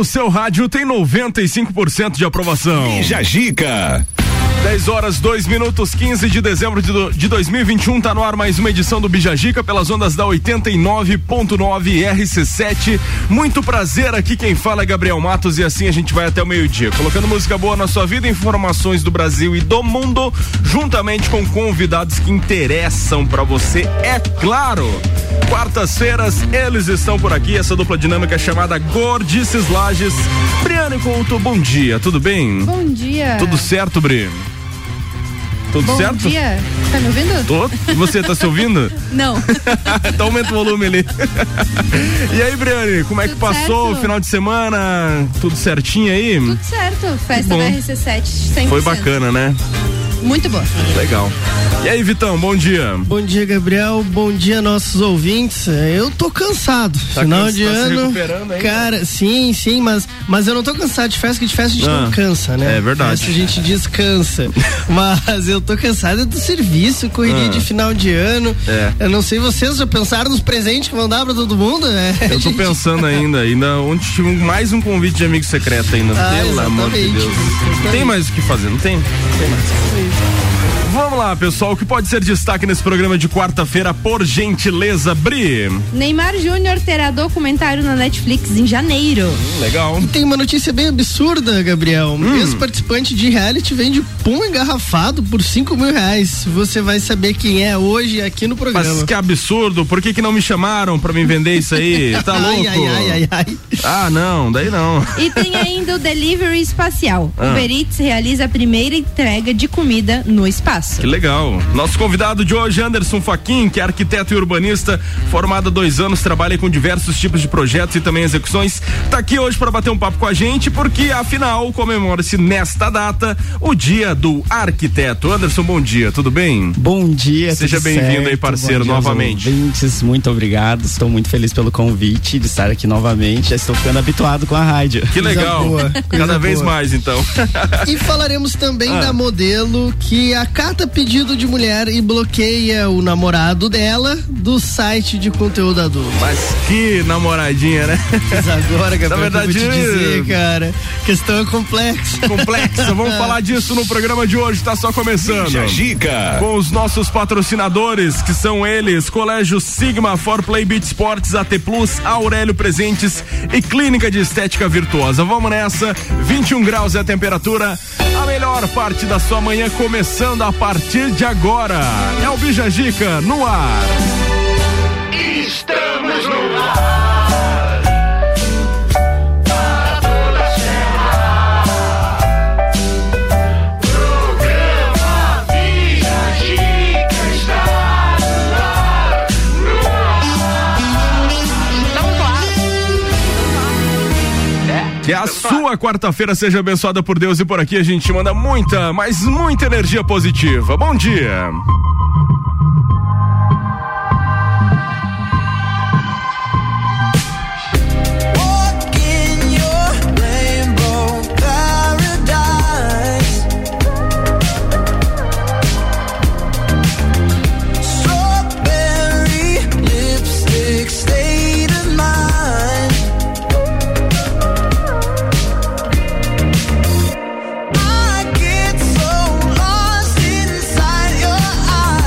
O seu rádio tem 95% de aprovação. Bijagica. 10 horas, 2 minutos, 15 de dezembro de 2021, tá no ar mais uma edição do Bijagica pelas ondas da 89.9 RC7. Muito prazer, aqui quem fala é Gabriel Matos e assim a gente vai até o meio-dia, colocando música boa na sua vida, informações do Brasil e do mundo, juntamente com convidados que interessam pra você, é claro. Quartas-feiras, eles estão por aqui, essa dupla dinâmica chamada Gordices Lages. Briane Couto, bom dia, tudo bem? Bom dia. Tudo certo, Bri? Tudo Bom certo? Bom dia. Tá me ouvindo? Tô. E você, tá se ouvindo? Não. Então aumenta o volume ali. E aí, Briane, como é que passou o final de semana? Tudo certinho aí? Tudo certo. Festa da RC7, 100%. Foi bacana, né? Muito boa. Legal. E aí, Vitão, bom dia. Bom dia, Gabriel. Bom dia, nossos ouvintes. Eu tô cansado. Tá Final de ano. Se recuperando aí, cara, sim, mas eu não tô cansado de festa, que de festa a gente não cansa, né? É verdade. Festa a gente descansa. Mas eu tô cansado do serviço, correria de final de ano. Eu não sei, vocês já pensaram nos presentes que vão dar pra todo mundo, né? Eu tô pensando ainda ontem tive mais um convite de amigo secreto ainda. Pelo amor de Deus. Exatamente. Tem mais o que fazer, não tem? Tem mais. Vamos lá, pessoal, o que pode ser destaque nesse programa de quarta-feira, por gentileza, Bri? Neymar Júnior terá documentário na Netflix em janeiro. Legal. E tem uma notícia bem absurda, Gabriel. Ex-participante de reality vende pum engarrafado por R$5.000. Você vai saber quem é hoje aqui no programa. Mas que absurdo, por que não me chamaram pra me vender isso aí? Tá louco? Ai. Ah, não, daí não. E tem ainda o delivery espacial. O Uber Eats realiza a primeira entrega de comida no espaço. Que legal. Nosso convidado de hoje, Anderson Fachin, que é arquiteto e urbanista, formado há 2 anos, trabalha com diversos tipos de projetos e também execuções. Tá aqui hoje para bater um papo com a gente, porque afinal comemora-se nesta data o Dia do Arquiteto. Anderson, bom dia, tudo bem? Bom dia, seja bem-vindo aí, parceiro, novamente. Ouvintes, muito obrigado, estou muito feliz pelo convite de estar aqui novamente, já estou ficando habituado com a rádio. Que legal, cada vez mais então. E falaremos também da modelo que acata pedido de mulher e bloqueia o namorado dela do site de conteúdo adulto. Mas que namoradinha, né? Mas agora, Gabriel, na verdade, eu vou te dizer, cara, a questão é complexa. Vamos falar disso no programa de hoje, tá só começando. Bijagica. Com os nossos patrocinadores, que são eles: Colégio Sigma, For Play Beach Sports, AT Plus, Aurélio Presentes e Clínica de Estética Virtuosa. Vamos nessa, 21 graus é a temperatura, a melhor parte da sua manhã começando a partir de agora. É o Bijagica no ar. Estamos no ar. Para toda a serra. Programa Bijagica está no ar. Estamos no ar. Que a sua quarta-feira seja abençoada por Deus e por aqui a gente manda muita, mas muita energia positiva. Bom dia. I get so lost inside your eyes.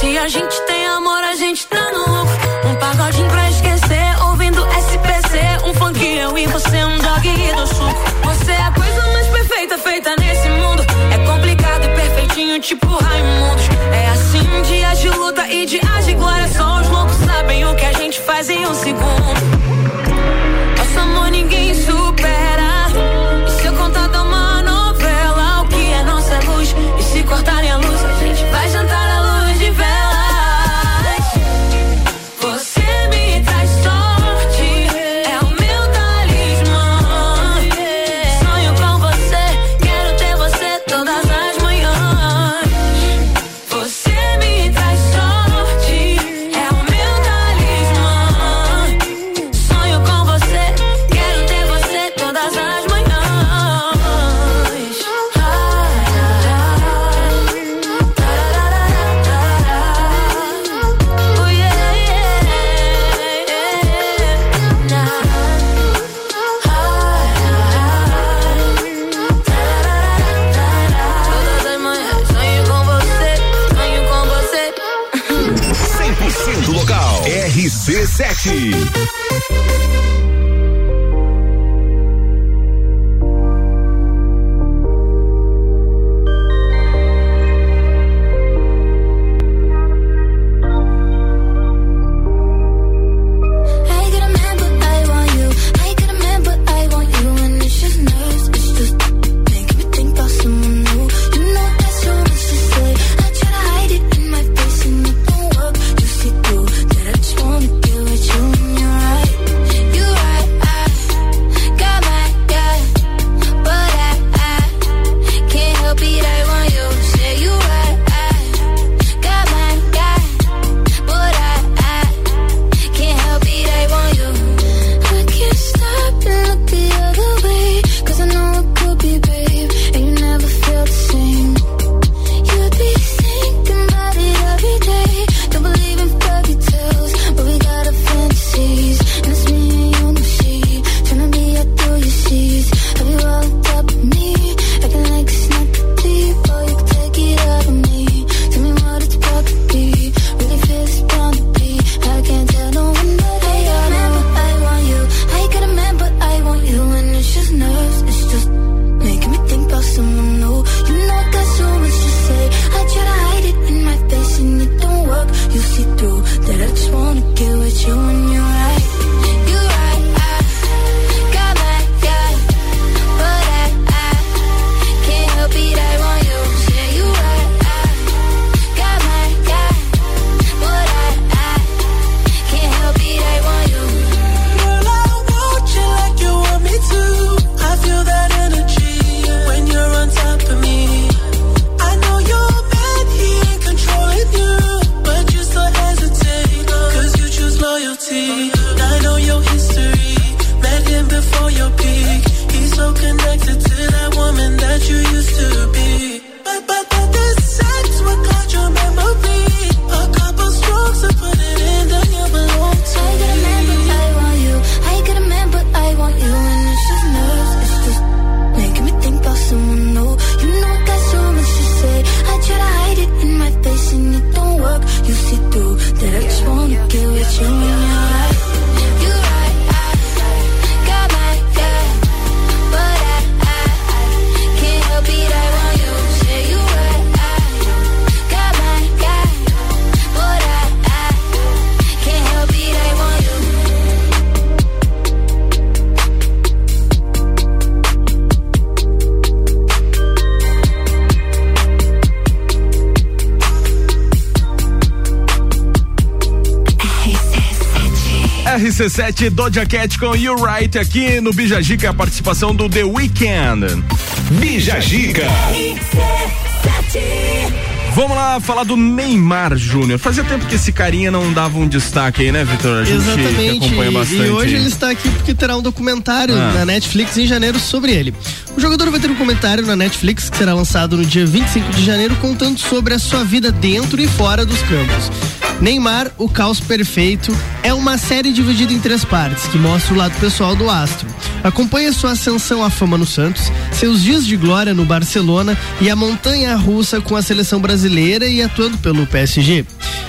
Se a gente tem amor, a gente tá no lucro. Um pagodinho pra esquecer, ouvindo SPC. Um funk, eu e você, um dog e do suco. Você é a coisa mais perfeita feita nesse mundo. É complicado e perfeitinho, tipo Raimundos. É assim, dias de luta e dias de glória. Só os loucos sabem o que a gente faz em um segundo. Nosso amor ninguém supera. E se eu contar de uma novela, o que é nossa luz? E se cortarem a luz, a gente vai jantar à luz de velas. Você me traz sorte, é o meu talismã. Sonho com você, quero ter você todas as manhãs. Você me traz sorte, é o meu talismã. Sonho com você, quero ter você todas as manhãs. Oh yeah, todas as manhãs. Sonho com você, sonho com você. 100% local. RC7. I get a man, but I want you. I get a man, but I want you. And it's just nerves, it's just making me think about someone new. You know that's so much to say. I try to hide it in my face and it don't work. You see through that I just wanna get with you. And you're right, I got my guy, but I can't help it. I want you. Say you right, I got my guy, but I can't help it. I want you. I can't stop and look the other way, 'cause I know it could be, babe, and you never feel the same. You'd be thinking about it every day. Don't believe in fairy tales, but we got our fantasies, and it's me and you, no she. Tryna be out through your seas. Have you all on top of me? Acting like it's not that deep, or you can take it out of me. Tell me what it's about to be. Really feel it's bound to be. I can't tell no one, but I got a man, but I want you. I got a man, but I want you, and it's just nerves, it's just making me think about someone new. You know got so much to say. I try to hide it in my face and it don't work. You see through that I just wanna get with you, and you're right, I got my guy, but I can't help it. I want you. Say you right, I got my guy, but I can't help it. I want you. Girl, I want you like you want me to. I feel that energy when you're on top of me. I know you're mad, he ain't controlling you, but you still hesitate, 'cause you choose loyalty. I know your history, met him before your peak. He's so connected to that woman that you used to be. But the sex will got your memory. A couple strokes to put it in, then you belong to I got a man, but I want you. I got a man, but I want you, and it's just nerves, it's just making me think about someone new. You know I got so much to say. I try to hide it in my face and it don't work. You see through that I just wanna get with you, and you're right, I got my guy, but I can't help it. I want you. Say you right, I got my guy, but I can't help it. I want you. RC7 Doja Cat com You Right aqui no Bijagica, a participação do The Weeknd. Bijagica. Vamos lá falar do Neymar Júnior. Fazia tempo que esse carinha não dava um destaque aí, né, Vitor? A gente Exatamente. acompanha bastante. E hoje ele está aqui porque terá um documentário na Netflix em janeiro sobre ele. O jogador vai ter um comentário na Netflix que será lançado no dia 25 de janeiro contando sobre a sua vida dentro e fora dos campos. Neymar, o caos perfeito, é uma série dividida em 3 partes, que mostra o lado pessoal do astro. Acompanha sua ascensão à fama no Santos, seus dias de glória no Barcelona e a montanha russa com a seleção brasileira e atuando pelo PSG.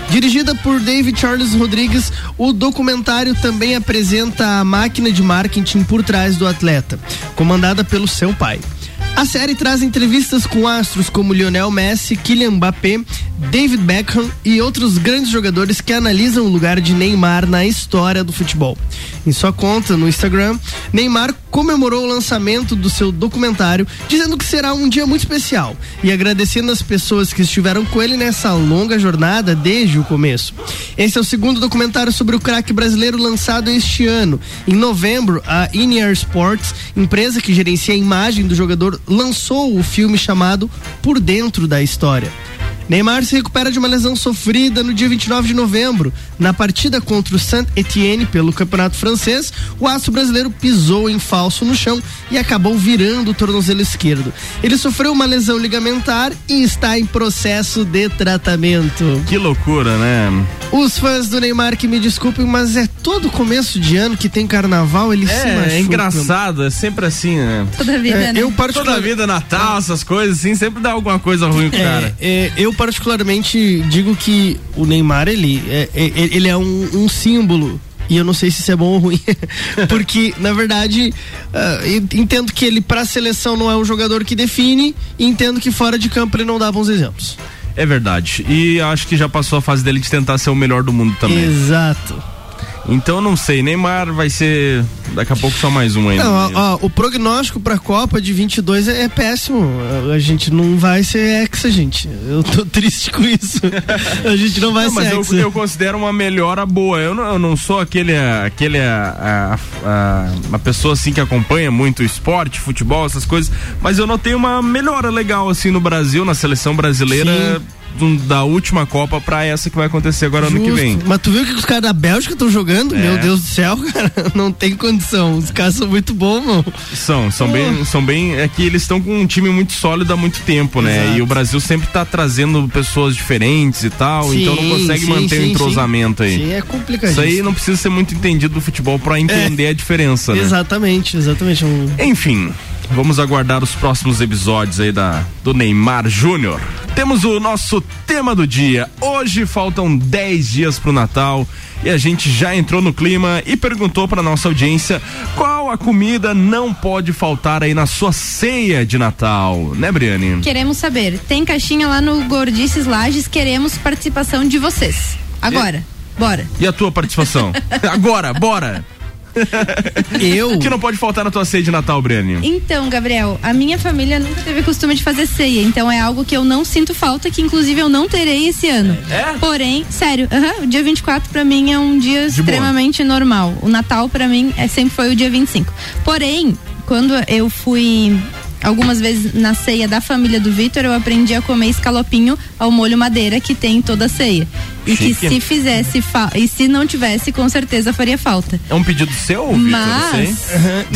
Dirigida por David Charles Rodrigues, o documentário também apresenta a máquina de marketing por trás do atleta, comandada pelo seu pai. A série traz entrevistas com astros como Lionel Messi, Kylian Mbappé, David Beckham e outros grandes jogadores que analisam o lugar de Neymar na história do futebol. Em sua conta no Instagram, Neymar comemorou o lançamento do seu documentário, dizendo que será um dia muito especial e agradecendo as pessoas que estiveram com ele nessa longa jornada desde o começo. Esse é o segundo documentário sobre o craque brasileiro lançado este ano. Em novembro, a In-Air Sports, empresa que gerencia a imagem do jogador, lançou o filme chamado Por Dentro da História. Neymar se recupera de uma lesão sofrida no dia 29 de novembro. Na partida contra o Saint-Étienne pelo campeonato francês, o astro brasileiro pisou em falso no chão e acabou virando o tornozelo esquerdo. Ele sofreu uma lesão ligamentar e está em processo de tratamento. Que loucura, né? Os fãs do Neymar que me desculpem, mas é todo começo de ano que tem carnaval, ele se machuca. É engraçado, é sempre assim, né? Toda vida, né? Toda vida, Natal, essas coisas assim, sempre dá alguma coisa ruim pro cara. Eu particularmente digo que o Neymar, ele é um símbolo. E eu não sei se isso é bom ou ruim. Porque, na verdade, entendo que ele pra seleção não é um jogador que define, e entendo que fora de campo ele não dá bons exemplos. É verdade. E acho que já passou a fase dele de tentar ser o melhor do mundo também. Exato. Então não sei, Neymar vai ser daqui a pouco só mais um ainda. Não, o prognóstico pra Copa de 22 é péssimo. A gente não vai ser hexa, gente. Eu tô triste com isso. A gente não vai ser hexa. Mas eu considero uma melhora boa. Eu não sou uma pessoa assim que acompanha muito esporte, futebol, essas coisas, mas eu notei uma melhora legal assim no Brasil, na seleção brasileira. Sim. Da última Copa pra essa que vai acontecer agora ano que vem. Mas tu viu que os caras da Bélgica estão jogando? Meu Deus do céu, cara, não tem condição. Os caras são muito bons, mano. São bem, é que eles estão com um time muito sólido há muito tempo, né? Exato. E o Brasil sempre tá trazendo pessoas diferentes e tal, então não consegue manter o entrosamento aí. Sim, é complicado. Isso aí não precisa ser muito entendido do futebol pra entender a diferença, né? Exatamente. Enfim, vamos aguardar os próximos episódios aí do Neymar Júnior. Temos o nosso tema do dia. Hoje faltam 10 dias pro Natal e a gente já entrou no clima e perguntou pra nossa audiência qual a comida não pode faltar aí na sua ceia de Natal, né, Briane? Queremos saber. Tem caixinha lá no Gordices Lages, queremos participação de vocês. Agora, bora. E a tua participação? Agora, bora! O que não pode faltar na tua ceia de Natal, Briane? Então, Gabriel, a minha família nunca teve costume de fazer ceia, então é algo que eu não sinto falta, que inclusive eu não terei esse ano. Porém, sério, o dia 24 pra mim é um dia extremamente normal. O Natal pra mim sempre foi o dia 25. Porém, quando eu fui algumas vezes na ceia da família do Vitor, eu aprendi a comer escalopinho ao molho madeira que tem em toda a ceia. E que se fizesse e se não tivesse, com certeza faria falta. É um pedido seu, Vitor? Mas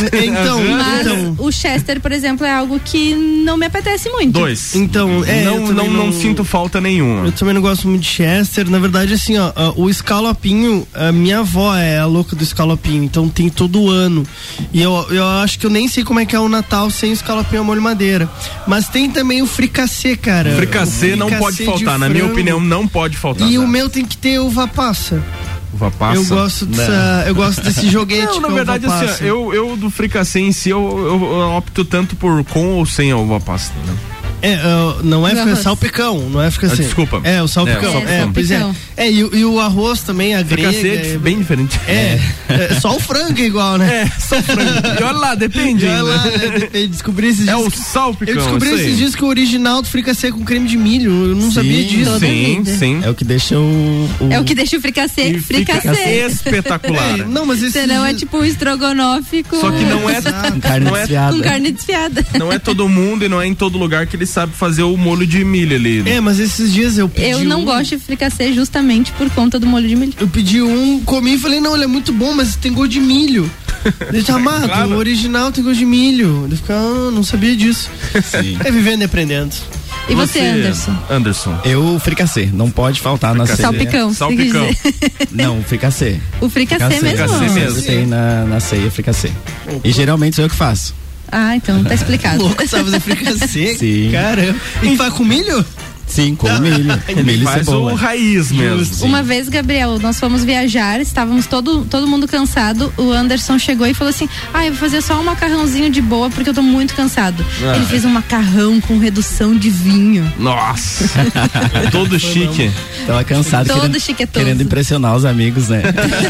o Chester, por exemplo, é algo que não me apetece muito. 2. Então, não sinto falta nenhuma. Eu também não gosto muito de Chester. Na verdade, assim, o escalopinho, a minha avó é a louca do escalopinho, então tem todo ano. E eu acho que eu nem sei como é que é o Natal sem escalopinho ao molho madeira. Mas tem também o fricassê, cara. O fricassê não pode faltar, na minha opinião, não pode faltar. E o meu tem que ter uva passa. Uva passa? Eu gosto desse joguete. Não, na verdade, assim, eu do fricassê em si, eu opto tanto por com ou sem a uva passa, né? Não é salpicão, não é fricassê. Desculpa. O salpicão. Pois é. E o arroz também, a grega. Fricassê bem diferente. Só o frango é igual, né? Só o frango. E olha lá, depende. Depende. Descobri esses dias. É o salpicão. Eu descobri esses dias que o original do fricassê é com creme de milho. Eu não sabia disso. Sim. É o que deixa É o que deixa o fricassê fricassê. Espetacular. Não, mas esse senão é tipo um estrogonofe com... Só que não é com carne desfiada. Com carne desfiada. Não é todo mundo e não é em todo lugar que eles sabe fazer o molho de milho ali. Mas esses dias eu pedi. Eu não gosto de fricassê justamente por conta do molho de milho. Eu pedi comi e falei, não, ele é muito bom, mas tem gosto de milho. Deixa amado, claro. O original tem gosto de milho. Eu fiquei, não sabia disso. Sim. É vivendo e aprendendo. E você, Anderson? Eu, fricassê, não pode faltar na ceia. Salpicão. Não, fricassê. O fricassê mesmo? Fricassê mesmo. Tem na ceia fricassê. E geralmente sou eu que faço. Então tá explicado. Louco, sabe fazer fricassê? Sim. Caramba. E faz com milho? Sim, com milho. Milho faz o raiz mesmo. Uma vez, Gabriel, nós fomos viajar, estávamos todo mundo cansado, o Anderson chegou e falou assim, eu vou fazer só um macarrãozinho de boa porque eu tô muito cansado. Ele fez um macarrão com redução de vinho. Nossa! Todo chique. Tava cansado, querendo impressionar os amigos, né?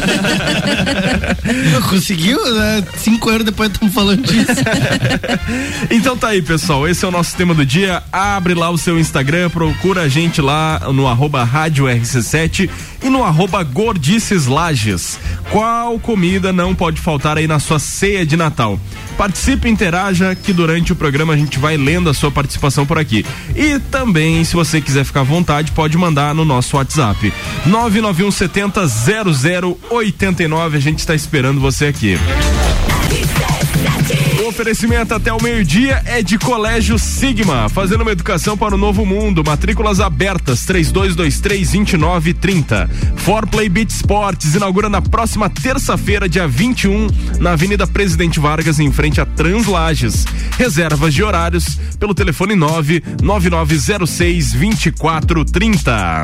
Conseguiu, né? 5 anos depois estamos falando disso. Então tá aí, pessoal, esse é o nosso tema do dia. Abre lá o seu Instagram, procura a gente lá no @Rádio RC7 e no @Gordices Lages. Qual comida não pode faltar aí na sua ceia de Natal? Participe, interaja, que durante o programa a gente vai lendo a sua participação por aqui. E também, se você quiser ficar à vontade, pode mandar no nosso WhatsApp 991 70 0089. A gente está esperando você aqui. O oferecimento até o meio-dia é de Colégio Sigma, fazendo uma educação para o novo mundo. Matrículas abertas, 3223-2930. Forplay Beach Sports inaugura na próxima terça-feira, dia 21, na Avenida Presidente Vargas, em frente a Translages. Reservas de horários pelo telefone 99906-2430.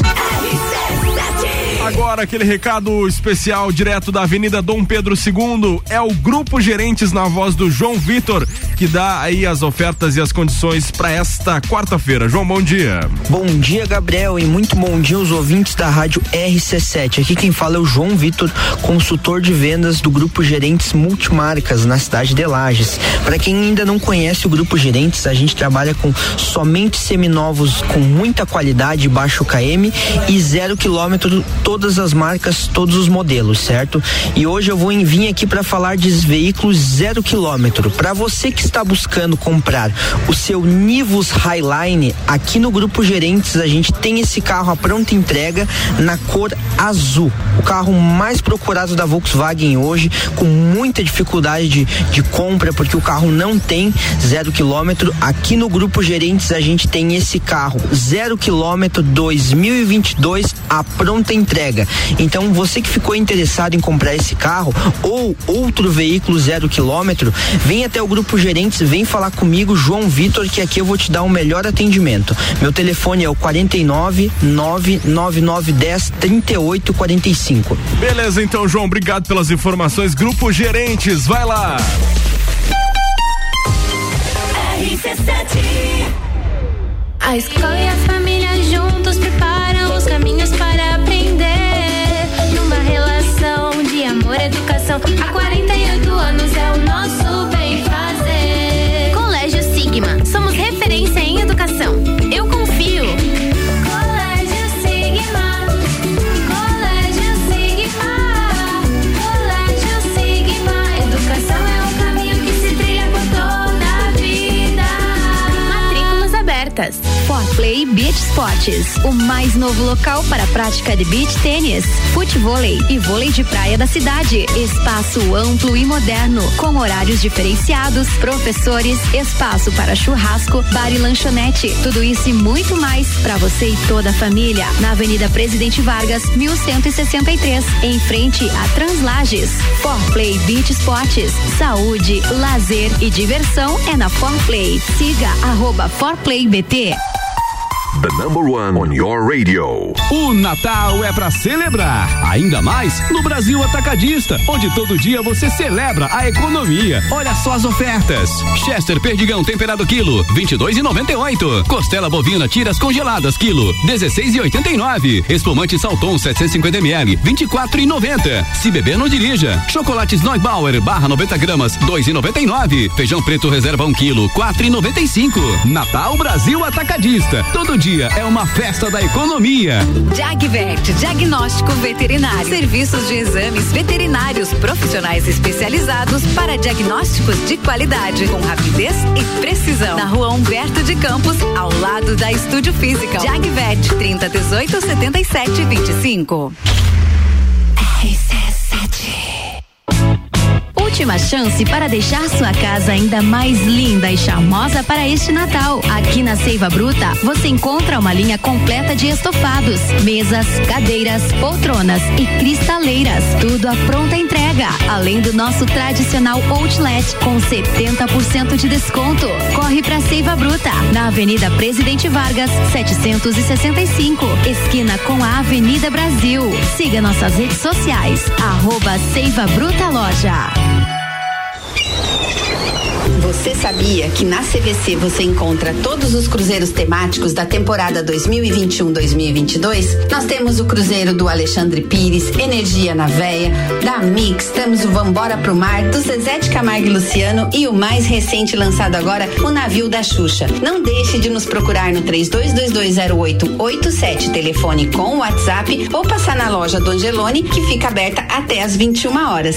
Agora aquele recado especial direto da Avenida Dom Pedro II, é o Grupo Gerentes na voz do João Vitor, que dá aí as ofertas e as condições para esta quarta-feira. João, bom dia. Bom dia, Gabriel, e muito bom dia aos ouvintes da Rádio RC7. Aqui quem fala é o João Vitor, consultor de vendas do Grupo Gerentes Multimarcas na cidade de Lages. Para quem ainda não conhece o Grupo Gerentes, a gente trabalha com somente seminovos com muita qualidade, baixo KM e 0 km, todas as marcas, todos os modelos, certo? E hoje eu vou vir aqui para falar de veículos 0 km. Para você que está buscando comprar o seu Nivus Highline, aqui no Grupo Gerentes a gente tem esse carro à pronta entrega na cor azul. O carro mais procurado da Volkswagen hoje, com muita dificuldade de compra, porque o carro não tem 0 km. Aqui no Grupo Gerentes a gente tem esse carro 0 km 2022 à pronta entrega. Então você que ficou interessado em comprar esse carro ou outro veículo 0 km, vem até o Grupo Gerentes, vem falar comigo, João Vitor, que aqui eu vou te dar um melhor atendimento. Meu telefone é o 49 99910 3845. Beleza, então, João, obrigado pelas informações. Grupo Gerentes, vai lá. A escola e a família juntos preparam os caminhos para aprender. Numa relação de amor e educação, há 48 anos é o nosso bem fazer. Colégio Sigma, somos referência em educação. Eu confio. Colégio Sigma, Colégio Sigma, Colégio Sigma. Educação é um caminho que se trilha por toda a vida. Matrículas abertas. Forplay Beach Sports, o mais novo local para a prática de beach tênis, futevôlei e vôlei de praia da cidade. Espaço amplo e moderno, com horários diferenciados, professores, espaço para churrasco, bar e lanchonete. Tudo isso e muito mais para você e toda a família. Na Avenida Presidente Vargas, 1163, em frente a Translages. Forplay Beach Sports, saúde, lazer e diversão é na Forplay. Siga @ForplayBT. The number one on your radio. O Natal é pra celebrar, ainda mais no Brasil Atacadista, onde todo dia você celebra a economia. Olha só as ofertas: Chester Perdigão temperado quilo, 22,98. Costela bovina tiras congeladas quilo, 16,89. Espumante Salton 750 ml, 24,90. Se beber não dirija. Chocolates Neubauer barra 90 gramas, 2,99. Feijão preto reserva 1 quilo, 4,95. Natal Brasil Atacadista, todo dia é uma festa da economia. Jagvet, diagnóstico veterinário. Serviços de exames veterinários profissionais especializados para diagnósticos de qualidade, com rapidez e precisão. Na Rua Humberto de Campos, ao lado da Estúdio Física. Jagvet, 3018 7725. última chance para deixar sua casa ainda mais linda e charmosa para este Natal. Aqui na Seiva Bruta, você encontra uma linha completa de estofados, mesas, cadeiras, poltronas e cristaleiras. Tudo à pronta entrega. Além do nosso tradicional outlet com 70% de desconto. Corre pra Seiva Bruta, na Avenida Presidente Vargas, 765, esquina com a Avenida Brasil. Siga nossas redes sociais, @SeivaBrutaLoja. Você sabia que na CVC você encontra todos os cruzeiros temáticos da temporada 2021-2022? Nós temos o cruzeiro do Alexandre Pires, Energia na Veia, da Mix, temos o Vambora pro Mar, do Zezé de Camargo e Luciano e o mais recente lançado agora, o Navio da Xuxa. Não deixe de nos procurar no 32220887, telefone com WhatsApp, ou passar na loja do Angelone, que fica aberta até às 21 horas.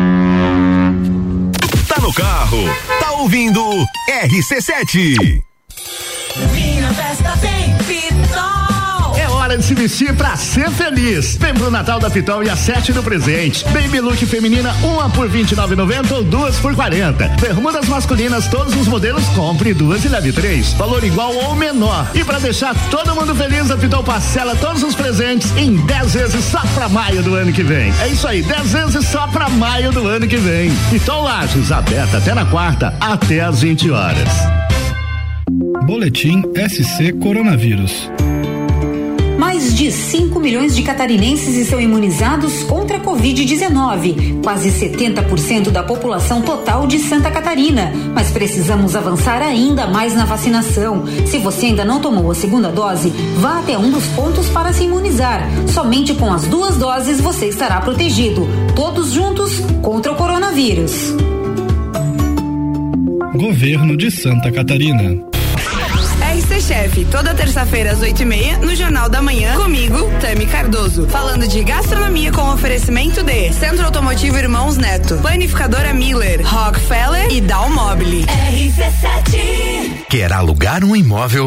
Tá no carro, tá ouvindo RC7. Minha festa tem Pitol. É hora de se vestir pra ser feliz. Vem pro Natal da Pitol e acerte no presente. Baby look feminina, uma por R$29,90 ou duas por R$40. Bermudas masculinas, todos os modelos, compre duas e leve três. Valor igual ou menor. E pra deixar todo mundo feliz, a Pitol parcela todos os presentes em 10 vezes só pra maio do ano que vem. É isso aí, 10 vezes só pra maio do ano que vem. Pitol Lages, aberta até na quarta, até às 20 horas. Boletim SC Coronavírus. Mais de 5 milhões de catarinenses estão imunizados contra a Covid-19, quase 70% da população total de Santa Catarina. Mas precisamos avançar ainda mais na vacinação. Se você ainda não tomou a segunda dose, vá até um dos pontos para se imunizar. Somente com as 2 doses você estará protegido. Todos juntos contra o coronavírus. Governo de Santa Catarina. RC Chef, toda terça-feira às 8h30 no Jornal da Manhã, comigo, Tami Cardoso, falando de gastronomia com oferecimento de Centro Automotivo Irmãos Neto, Planificadora Miller, Rockefeller e Dalmobile. RC7. Quer alugar um imóvel?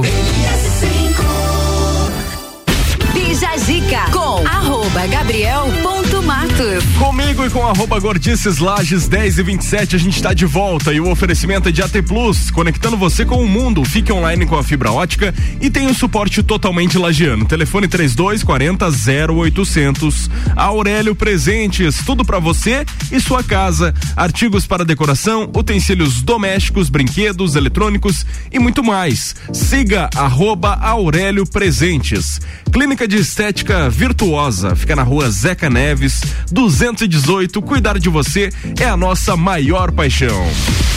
Bija Zica com @Gabriel.Matos. Comigo e com @Gordices Lages 10 e 27, a gente está de volta e o oferecimento é de AT Plus, conectando você com o mundo. Fique online com a fibra ótica e tem um suporte totalmente lagiano. Telefone 3240-0800. Aurélio Presentes, tudo para você e sua casa. Artigos para decoração, utensílios domésticos, brinquedos, eletrônicos e muito mais. Siga @Aurélio Presentes. Clínica de Estética Virtuosa, fica na rua Zeca Neves, 218. Cuidar de você é a nossa maior paixão.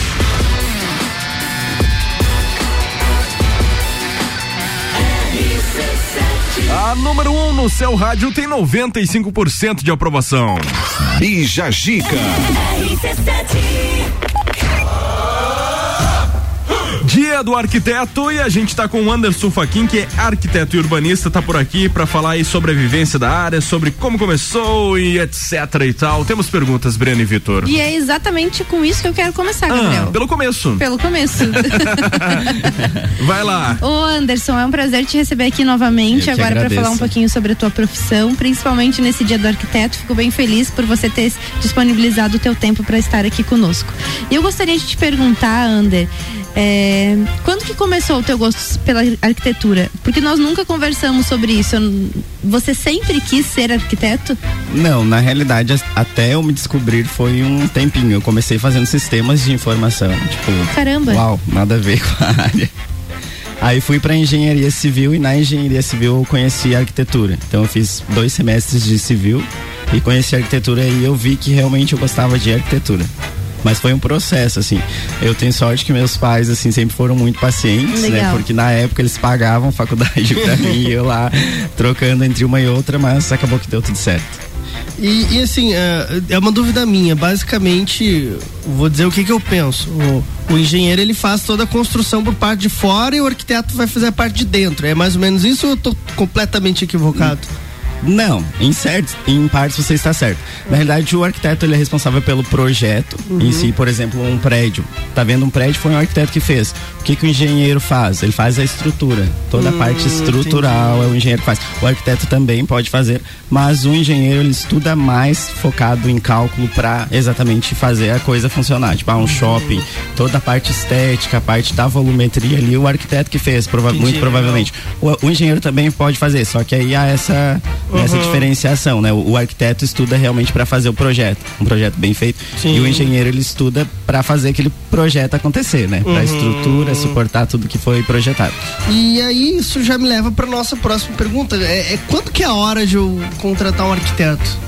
A número 1 no seu rádio tem 95% de aprovação. Bija Zica. Dia do Arquiteto e a gente tá com o Anderson Fachin, que é arquiteto e urbanista, tá por aqui pra falar aí sobre a vivência da área, sobre como começou e etc e tal. Temos perguntas, Breno e Vitor. E é exatamente com isso que eu quero começar, Gabriel. Pelo começo. Pelo começo. Vai lá. Ô Anderson, é um prazer te receber aqui novamente, agora para falar um pouquinho sobre a tua profissão, principalmente nesse Dia do Arquiteto. Fico bem feliz por você ter disponibilizado o teu tempo para estar aqui conosco. E eu gostaria de te perguntar, Ander, quando que começou o teu gosto pela arquitetura? Porque nós nunca conversamos sobre isso. Você sempre quis ser arquiteto? Não, na realidade, até eu me descobrir foi um tempinho. Eu comecei fazendo sistemas de informação. Tipo, caramba! Uau, nada a ver com a área. Aí fui pra engenharia civil e na engenharia civil eu conheci a arquitetura. Então eu fiz 2 semestres de civil e conheci a arquitetura e eu vi que realmente eu gostava de arquitetura. Mas foi um processo, assim. Eu tenho sorte que meus pais, assim, sempre foram muito pacientes, né? Porque na época eles pagavam faculdade pra mim e eu lá trocando entre uma e outra, mas acabou que deu tudo certo. E assim, é uma dúvida minha. Basicamente, vou dizer o que eu penso. O engenheiro, ele faz toda a construção por parte de fora e o arquiteto vai fazer a parte de dentro. É mais ou menos isso ou eu tô completamente equivocado? Não, em partes você está certo. Na realidade, o arquiteto ele é responsável pelo projeto em si, por exemplo, um prédio. Tá vendo um prédio, foi um arquiteto que fez. O que o engenheiro faz? Ele faz a estrutura. Toda a parte estrutural é o engenheiro que faz. O arquiteto também pode fazer, mas o engenheiro ele estuda mais focado em cálculo para exatamente fazer a coisa funcionar. Tipo, um shopping, toda a parte estética, a parte da volumetria ali, o arquiteto que fez, muito provavelmente. O engenheiro também pode fazer, só que aí há essa diferenciação, né? O arquiteto estuda realmente para fazer o projeto, um projeto bem feito. Sim. E o engenheiro ele estuda para fazer aquele projeto acontecer, né? Para estrutura, suportar tudo que foi projetado. E aí isso já me leva para nossa próxima pergunta. Quando que é a hora de eu contratar um arquiteto?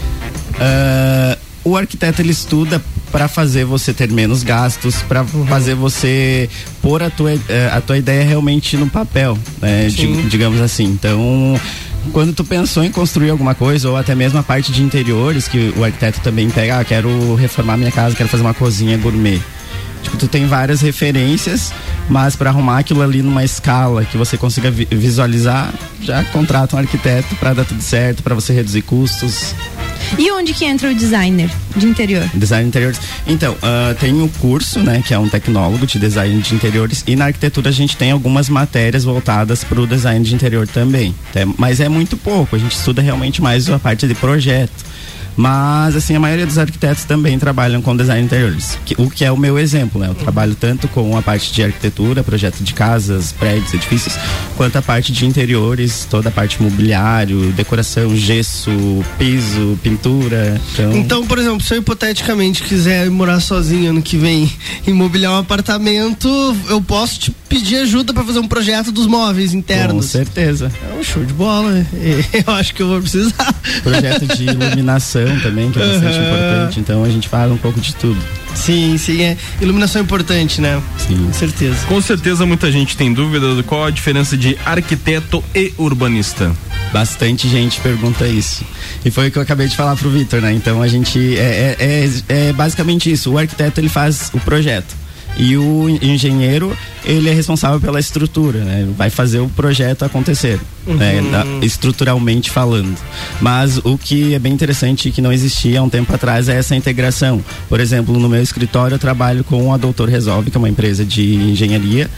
O arquiteto ele estuda para fazer você ter menos gastos, para fazer você pôr a tua ideia realmente no papel, né? Digamos assim. Então, quando tu pensou em construir alguma coisa, ou até mesmo a parte de interiores, que o arquiteto também pega, quero reformar minha casa, quero fazer uma cozinha gourmet. Tipo, tu tem várias referências, mas para arrumar aquilo ali numa escala que você consiga visualizar, já contrata um arquiteto para dar tudo certo, para você reduzir custos. E onde que entra o designer de interior? Design de interiores. Então, tem o curso, né, que é um tecnólogo de design de interiores, e na arquitetura a gente tem algumas matérias voltadas para o design de interior também. Mas é muito pouco, a gente estuda realmente mais a parte de projeto. Mas, assim, a maioria dos arquitetos também trabalham com design de interiores, o que é o meu exemplo, né? Eu trabalho tanto com a parte de arquitetura, projeto de casas, prédios, edifícios, quanto a parte de interiores, toda a parte mobiliário, decoração, gesso, piso, pintura. Então, por exemplo, se eu hipoteticamente quiser morar sozinho ano que vem e mobiliar um apartamento, eu posso te pedir ajuda para fazer um projeto dos móveis internos? Com certeza. É um show de bola, eu acho que eu vou precisar. Projeto de iluminação também, que é bastante importante, então a gente fala um pouco de tudo. Sim, iluminação é importante, né? Sim, com certeza. Com certeza muita gente tem dúvida de qual a diferença de arquiteto e urbanista. Bastante gente pergunta isso. E foi o que eu acabei de falar pro Vitor, né? Então a gente é basicamente isso. O arquiteto ele faz o projeto. E o engenheiro, ele é responsável pela estrutura, né? Vai fazer o projeto acontecer, né? Estruturalmente falando. Mas o que é bem interessante e que não existia há um tempo atrás é essa integração. Por exemplo, no meu escritório eu trabalho com a Doutor Resolve, que é uma empresa de engenharia,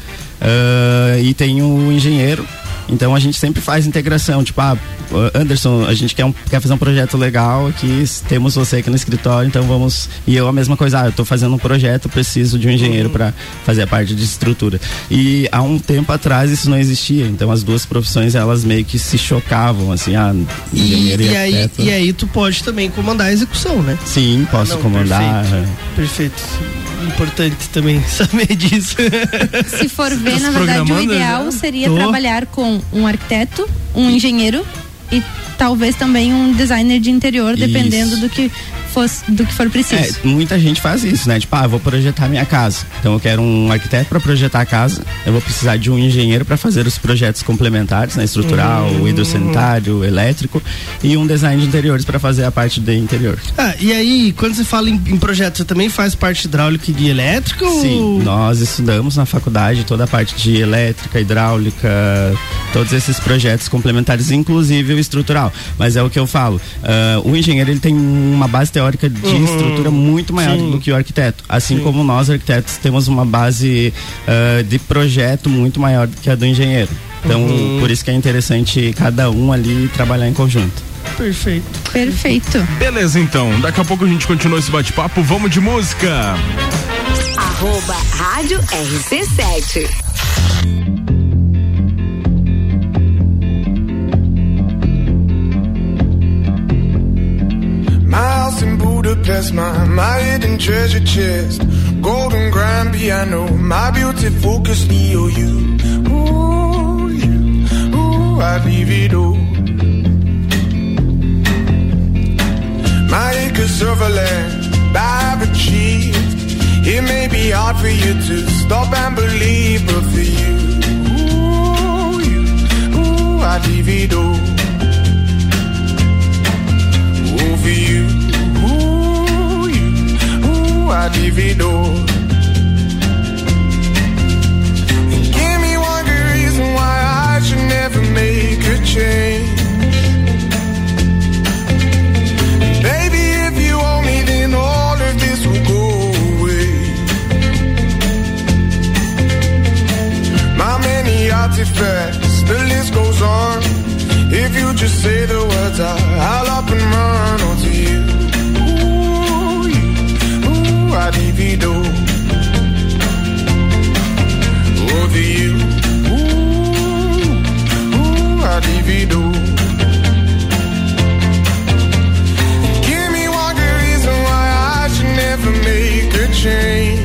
e tem o engenheiro. Então a gente sempre faz integração, tipo, Anderson, a gente quer fazer um projeto legal aqui, temos você aqui no escritório, então vamos. E eu a mesma coisa, eu tô fazendo um projeto, preciso de um engenheiro para fazer a parte de estrutura. E há um tempo atrás isso não existia, então as duas profissões elas meio que se chocavam, assim, engenheiro e arquiteto. E aí tu pode também comandar a execução, né? Sim, posso comandar. Perfeito. Importante também saber disso. Se for ver, na verdade, o ideal seria trabalhar com um arquiteto, um engenheiro e talvez também um designer de interior, dependendo do que for preciso. Muita gente faz isso, né? Tipo, vou projetar minha casa. Então eu quero um arquiteto para projetar a casa, eu vou precisar de um engenheiro para fazer os projetos complementares, né? Estrutural, hidrossanitário, elétrico, e um design de interiores para fazer a parte de interior. E aí, quando você fala em projeto, você também faz parte hidráulica e elétrica? Sim, nós estudamos na faculdade toda a parte de elétrica, hidráulica, todos esses projetos complementares, inclusive o estrutural. Mas é o que eu falo, o engenheiro ele tem uma base teórica de estrutura muito maior do que o arquiteto, assim como nós arquitetos temos uma base de projeto muito maior do que a do engenheiro. Então por isso que é interessante cada um ali trabalhar em conjunto. Perfeito. Beleza, então, daqui a pouco a gente continua esse bate-papo, vamos de música. @Rádio RC7. My house in Budapest, my hidden treasure chest, golden grand piano, my beauty focus, EOU. Ooh, I'd leave it all. My acres of land I've achieved. It may be hard for you to stop and believe, but for you, I'd leave it all. For you, I'd leave it all. And give me one good reason why I should never make a change. just say the words, I'll up and run onto you. Ooh, I'd divido. Over you. Ooh, I'd divido. Give me one good reason why I should never make a change.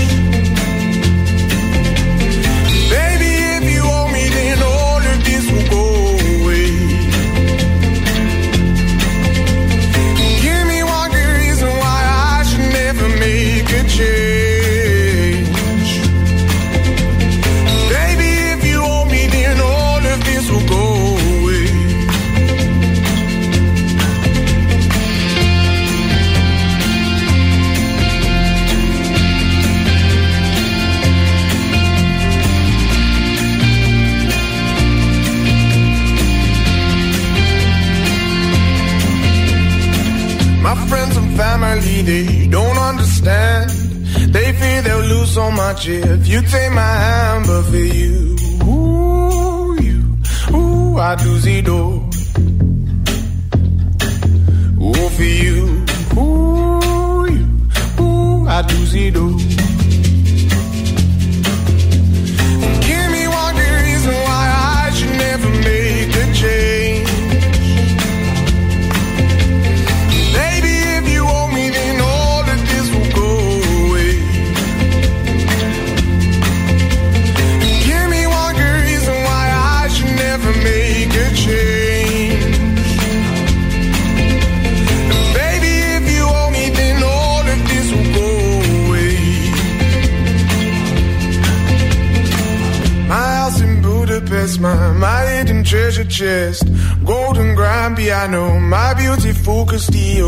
Family, they don't understand. They fear they'll lose so much if you take my hand, but for you, I do zido. Ooh, for you, I do zido. Give me one good reason why I should never make a change. My hidden treasure chest, golden grand piano, my beautiful Castillo.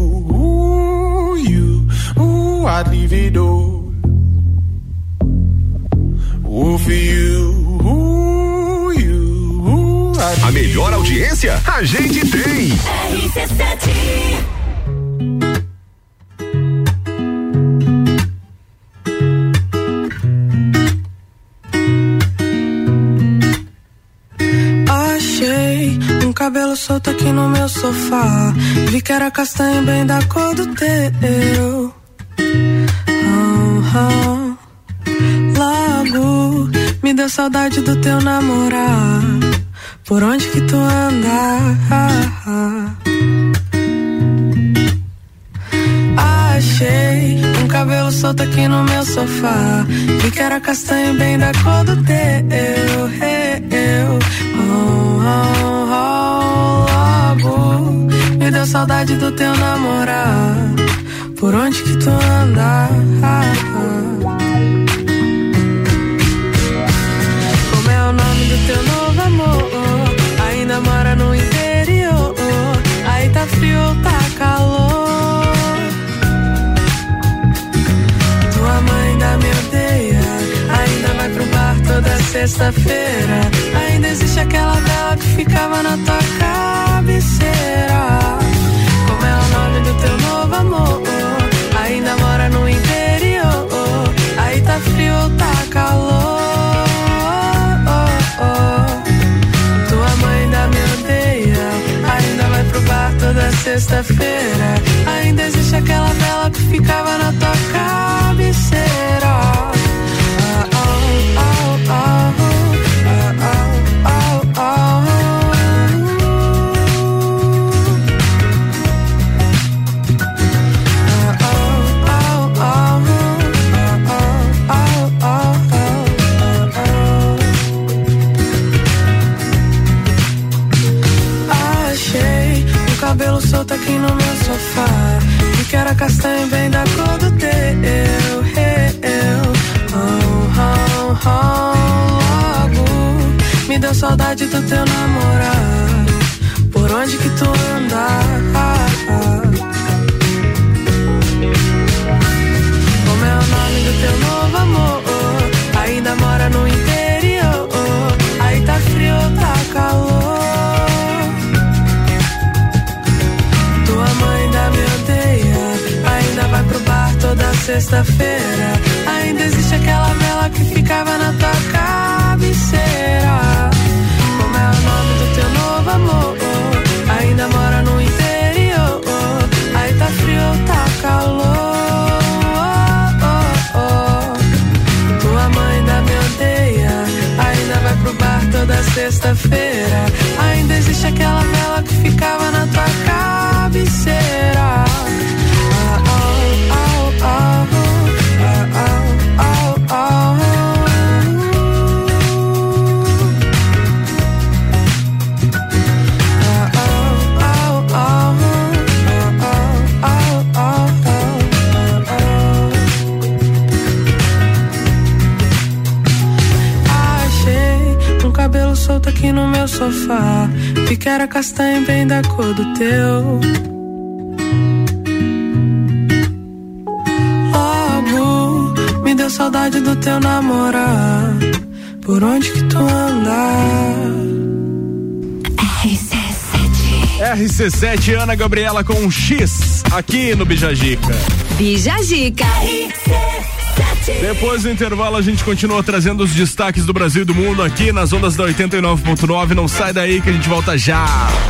I'd leave it all. For you, a melhor audiência a gente tem. RC7. Cabelo solto aqui no meu sofá. Vi que era castanho bem da cor do teu. Logo me deu saudade do teu namorar. Por onde que tu anda? Achei cabelo solto aqui no meu sofá. Vi que era castanho bem da cor do teu. Logo me deu saudade do teu namorar. Por onde que tu anda? Como é o nome do teu novo amor? Ainda mora no interior. Aí tá frio ou tá calor? Tua mãe ainda me odeia. Ainda vai pro bar toda sexta-feira. Ainda existe aquela vela que ficava na tua cabeceira. Como é o nome do teu novo amor? Ainda mora no interior. Aí tá frio ou tá calor? Tua mãe ainda me odeia. Ainda vai pro bar toda sexta-feira. Ainda existe aquela vela que ficava na tua cabeceira. Achei cabelo solto aqui no meu sofá. Vi que era castanho bem da cor do teu. Logo me deu saudade do teu namorar. Por onde que tu anda? Como é o nome do teu novo amor? Ainda mora no interior. Aí tá frio ou tá calor? Tua mãe ainda me odeia. Ainda vai pro bar toda sexta-feira. Ainda existe aquela vela que ficava na tua cabeceira. Como é o nome do teu novo amor? sofá. Vi que era castanho bem da cor do teu. Logo me deu saudade do teu namorar. Por onde que tu anda? RC7, Ana Gabriela com um X aqui no Bijagica. Bijagica. Depois do intervalo a gente continua trazendo os destaques do Brasil e do mundo aqui nas ondas da 89.9. Não sai daí que a gente volta já.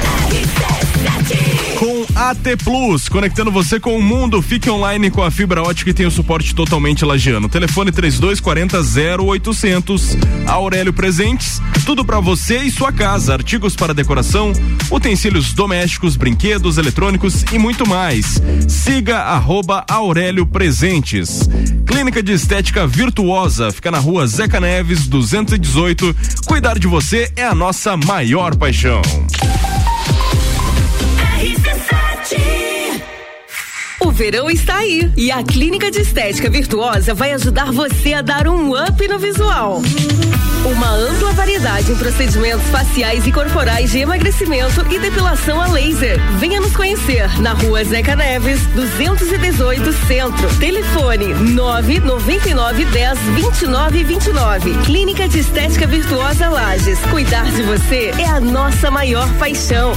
Com AT Plus, conectando você com o mundo. Fique online com a fibra ótica e tem o suporte totalmente lagiano. Telefone 3240-0800. Aurélio Presentes, tudo pra você e sua casa. Artigos para decoração, utensílios domésticos, brinquedos, eletrônicos e muito mais. Siga @Aurélio Presentes. Clínica de Estética Virtuosa, fica na rua Zeca Neves 218. Cuidar de você é a nossa maior paixão. O verão está aí e a Clínica de Estética Virtuosa vai ajudar você a dar um up no visual. Uma ampla variedade em procedimentos faciais e corporais de emagrecimento e depilação a laser. Venha nos conhecer na rua Zeca Neves 218 Centro. Telefone 999102929. Clínica de Estética Virtuosa Lages. Cuidar de você é a nossa maior paixão.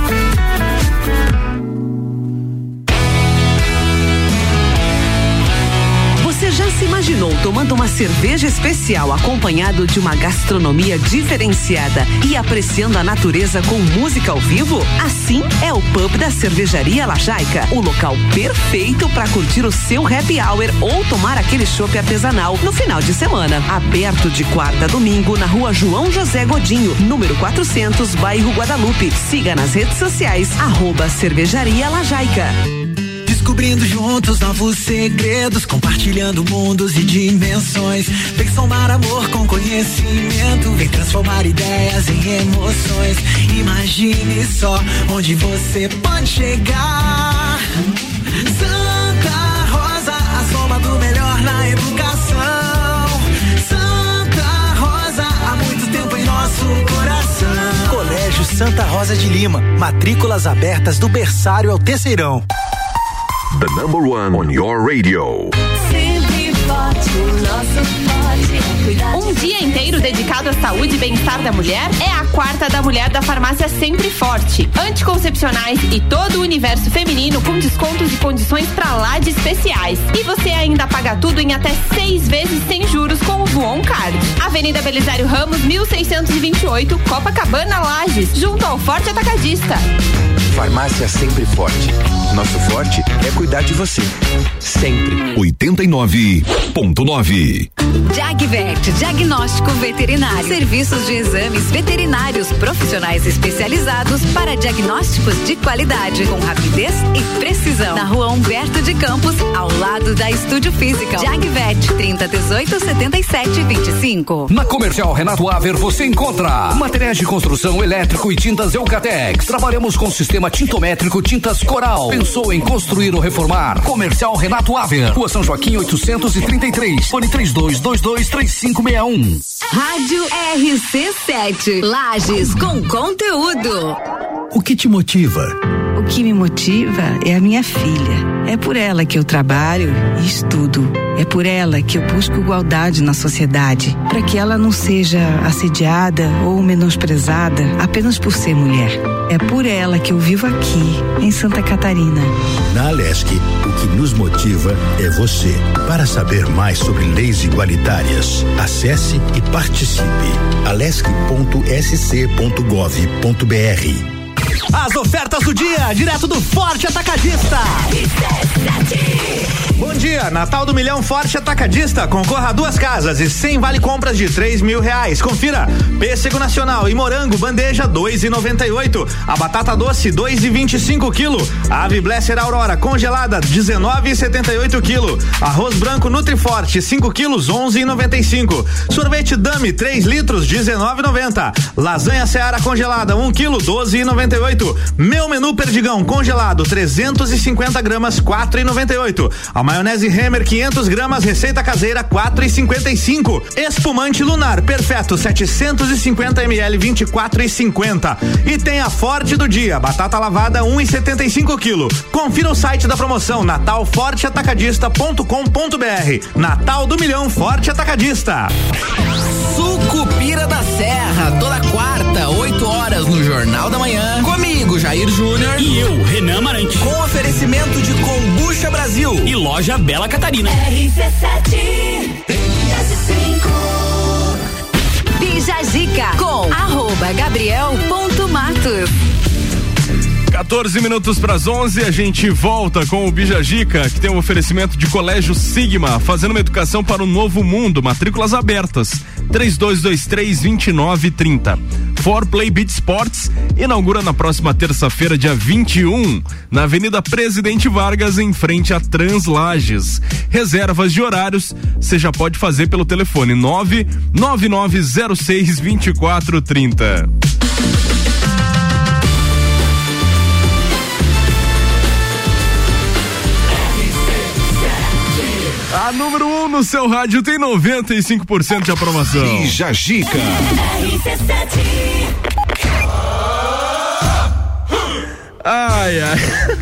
Você já se imaginou tomando uma cerveja especial acompanhado de uma gastronomia diferenciada e apreciando a natureza com música ao vivo? Assim é o pub da Cervejaria Lajaica, o local perfeito para curtir o seu happy hour ou tomar aquele chopp artesanal no final de semana. Aberto de quarta a domingo na rua João José Godinho, número 400, bairro Guadalupe. Siga nas redes sociais @Cervejaria Lajaica. Descobrindo juntos novos segredos, compartilhando mundos e dimensões. Vem somar amor com conhecimento, vem transformar ideias em emoções. Imagine só onde você pode chegar. Santa Rosa, a soma do melhor na educação. Santa Rosa, há muito tempo em nosso coração. Colégio Santa Rosa de Lima, matrículas abertas do berçário ao terceirão. The number one on your radio. Sempre forte, o nosso forte. Um dia inteiro dedicado à saúde e bem-estar da mulher é a quarta da mulher da farmácia Sempre Forte. Anticoncepcionais e todo o universo feminino com descontos e condições pra lá de especiais. E você ainda paga tudo em até 6 vezes sem juros com o Voon Card. Avenida Belisário Ramos, 1628, Copacabana, Lages, junto ao Forte Atacadista. Farmácia Sempre Forte. Nosso forte é cuidar de você. Sempre. 89.9. Jagvet, diagnóstico veterinário. Serviços de exames veterinários profissionais especializados para diagnósticos de qualidade, com rapidez e precisão. Na rua Humberto de Campos, ao lado da Estúdio Física. Jagvet, 3018-7725. Na Comercial Renato Aver você encontra materiais de construção, elétrico e tintas Eucatex. Trabalhamos com sistema tintométrico Tintas Coral. Pensou em construir ou reformar? Comercial Renato Aver, Rua São Joaquim 833, fone 32223561. Rádio RC7, Lages com conteúdo. O que te motiva? O que me motiva é a minha filha. É por ela que eu trabalho e estudo. É por ela que eu busco igualdade na sociedade, para que ela não seja assediada ou menosprezada apenas por ser mulher. É por ela que eu vivo aqui, em Santa Catarina. Na Alesc, o que nos motiva é você. Para saber mais sobre leis igualitárias, acesse e participe. alesc.sc.gov.br. As ofertas do dia, direto do Forte Atacadista. Bom dia, Natal do Milhão Forte Atacadista. Concorra a 2 casas e 100 vale compras de R$3.000. Confira. Pêssego nacional e morango bandeja R$2,98. A batata doce R$2,25 quilo. A ave Blesser Aurora congelada R$19,78 quilo. Arroz branco Nutriforte 5 quilos R$11,95. Sorvete Dami 3 litros R$19,90. Lasanha Seara congelada 1 quilo R$12,98. 4,98. Meu menu Perdigão congelado 350 gramas 4,98. A maionese Hemmer 500 gramas receita caseira 4,55. Espumante Lunar Perfeito 750 ml 24,50. E tem a forte do dia, batata lavada 1,75 kg. Confira o site da promoção natalforteatacadista.com.br. Natal do Milhão Forte Atacadista. Sucupira da Serra, toda quarta, 8 horas no Jornal da Manhã. Comigo, Jair Júnior. E eu, Renan Amarante. Com oferecimento de Kombucha Brasil e Loja Bela Catarina. RC7 Bija Zica com @Gabriel.Matos. 14 minutos para as 11, a gente volta com o Bija Zica, que tem um oferecimento de Colégio Sigma, fazendo uma educação para o novo mundo, matrículas abertas, 3223-2930. For Play Beach Sports inaugura na próxima terça-feira, dia 21, na Avenida Presidente Vargas, em frente a Translages. Reservas de horários você já pode fazer pelo telefone 99906-2430. A número 1 no seu rádio tem 95% de aprovação. Bija Zica. Ai, ai.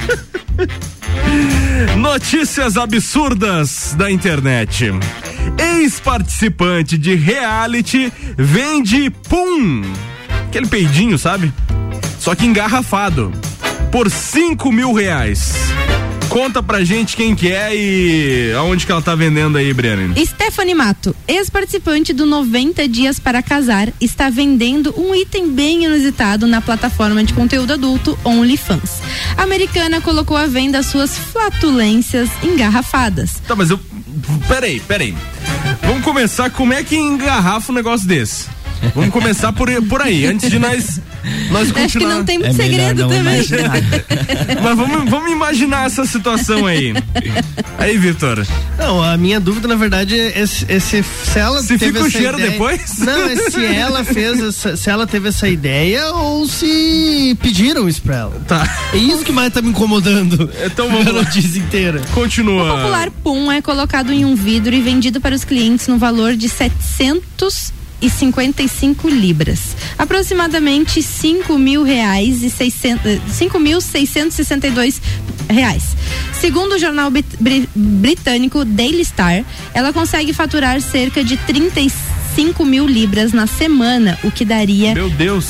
Notícias absurdas da internet. Ex-participante de reality vende pum, aquele peidinho, sabe? Só que engarrafado, por R$5.000. Conta pra gente quem que é e aonde que ela tá vendendo aí, Briane. Stephanie Mato, ex-participante do 90 Dias para Casar, está vendendo um item bem inusitado na plataforma de conteúdo adulto OnlyFans. A americana colocou à venda suas flatulências engarrafadas. Tá, mas peraí. Vamos começar, como é que engarrafa um negócio desse? Vamos começar por aí, antes de nós continuar. Acho que não tem muito segredo também. Mas vamos imaginar essa situação aí. Aí, Vitor. Não, a minha dúvida, na verdade, é se ela se teve fica o essa cheiro ideia. Depois? Não, é se ela se ela teve essa ideia ou se pediram isso pra ela. Tá. É isso que mais tá me incomodando. Então vamos lá. A notícia inteira. Continua. O popular pum é colocado em um vidro e vendido para os clientes no valor de 755 libras, aproximadamente R$5.662. Segundo o jornal britânico Daily Star, ela consegue faturar cerca de 35.000 libras na semana, o que daria, meu Deus,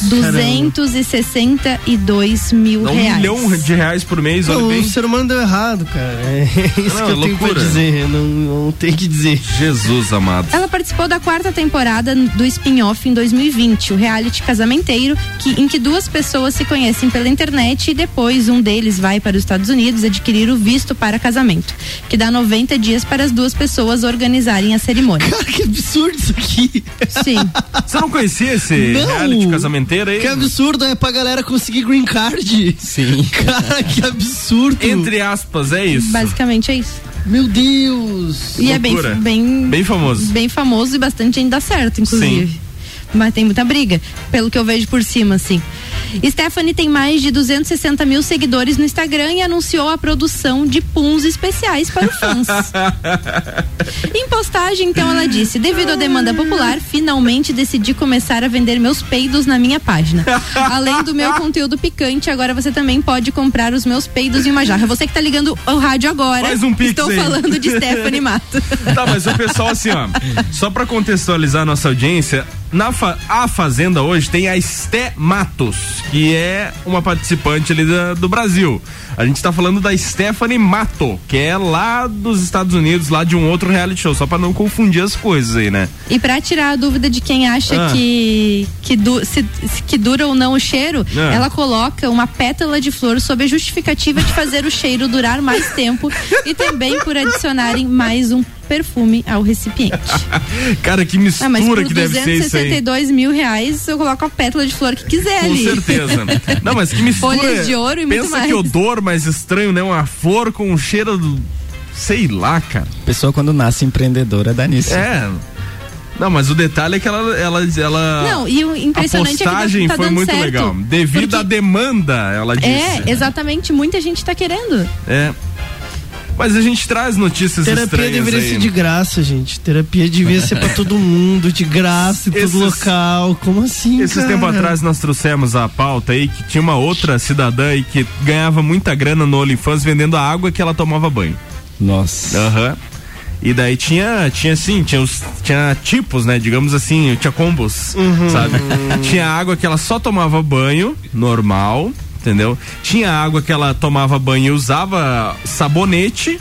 R$262 mil. R$1 milhão por mês, olha bem. O ser humano deu errado, cara. É isso que eu tenho pra dizer. Não tem que dizer. Jesus amado. Ela participou da 4ª temporada do spin-off em 2020, o reality casamenteiro, em que duas pessoas se conhecem pela internet e depois um deles vai para os Estados Unidos adquirir o visto para casamento, que dá 90 dias para as duas pessoas organizarem a cerimônia. Cara, que absurdo isso aqui. Sim. Você não conhecia esse reality casamenteiro aí? Que absurdo, é pra galera conseguir green card. Sim. Cara, que absurdo. Entre aspas, é isso. Basicamente é isso. Meu Deus. E loucura. É bem famoso. Bem famoso e bastante gente dá certo, inclusive. Sim. Mas tem muita briga, pelo que eu vejo por cima, assim. Stephanie tem mais de 260 mil seguidores no Instagram e anunciou a produção de puns especiais para os fãs. Em postagem, então, ela disse: devido à demanda popular, finalmente decidi começar a vender meus peidos na minha página. Além do meu conteúdo picante, agora você também pode comprar os meus peidos em uma jarra. Você que tá ligando o rádio agora, faz um pix. Estou aí falando de Stephanie Mato. Tá, mas o pessoal, assim, ó, só pra contextualizar a nossa audiência, a Fazenda hoje tem a Esté Matos, que é uma participante ali do Brasil. A gente tá falando da Stephanie Mato, que é lá dos Estados Unidos, lá de um outro reality show, só pra não confundir as coisas aí, né? E pra tirar a dúvida de quem acha que dura ou não o cheiro, ela coloca uma pétala de flor sob a justificativa de fazer o cheiro durar mais tempo e também por adicionarem mais um perfume ao recipiente. Cara, que mistura que deve ser isso aí. R$262 mil, eu coloco a pétala de flor que quiser ali. Com certeza. Não, mas que mistura. Folhas de ouro e muito mais. Pensa que odor mais estranho, né? Uma flor com um cheiro do... sei lá, cara. Pessoa quando nasce empreendedora dá nisso. É. Não, mas o detalhe é que ela Não, e o impressionante a postagem é que tá foi dando muito certo, legal. Devido à demanda, ela disse. Exatamente, muita gente tá querendo. Mas a gente traz notícias estranhas. Terapia deveria ser de graça, gente. Terapia devia ser pra todo mundo, de graça, em todo local. Como assim, Esses tempos atrás nós trouxemos a pauta aí que tinha uma outra cidadã aí que ganhava muita grana no OnlyFans vendendo a água que ela tomava banho. Nossa. Aham. E daí tinha tipos, né? Digamos assim, tinha combos, sabe? Tinha água que ela só tomava banho, normal, entendeu? Tinha água que ela tomava banho e usava sabonete,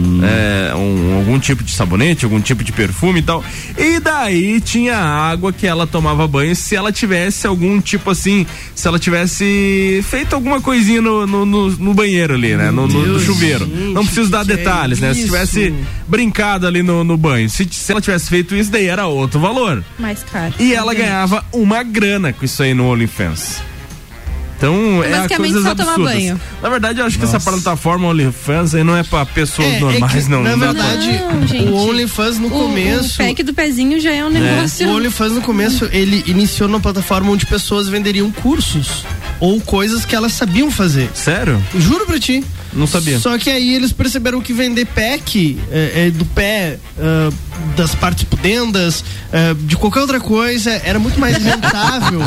algum tipo de sabonete, algum tipo de perfume e tal. E daí tinha água que ela tomava banho se ela tivesse algum tipo assim, se ela tivesse feito alguma coisinha no banheiro ali, né? No chuveiro. Gente, não preciso dar detalhes, né? Se tivesse brincado ali no banho. Se ela tivesse feito isso, daí era outro valor. Mais caro. E ela ganhava uma grana com isso aí no OnlyFans. Então, coisas absurdas. Banho. Na verdade, eu acho que essa plataforma OnlyFans aí não é pra pessoas normais, não. Na verdade, o OnlyFans no começo... O pack do pezinho já é um negócio... O OnlyFans no começo, ele iniciou numa plataforma onde pessoas venderiam cursos ou coisas que elas sabiam fazer. Sério? Juro pra ti. Não sabia. Só que aí eles perceberam que vender pack do pé, das partes pudendas, de qualquer outra coisa, era muito mais rentável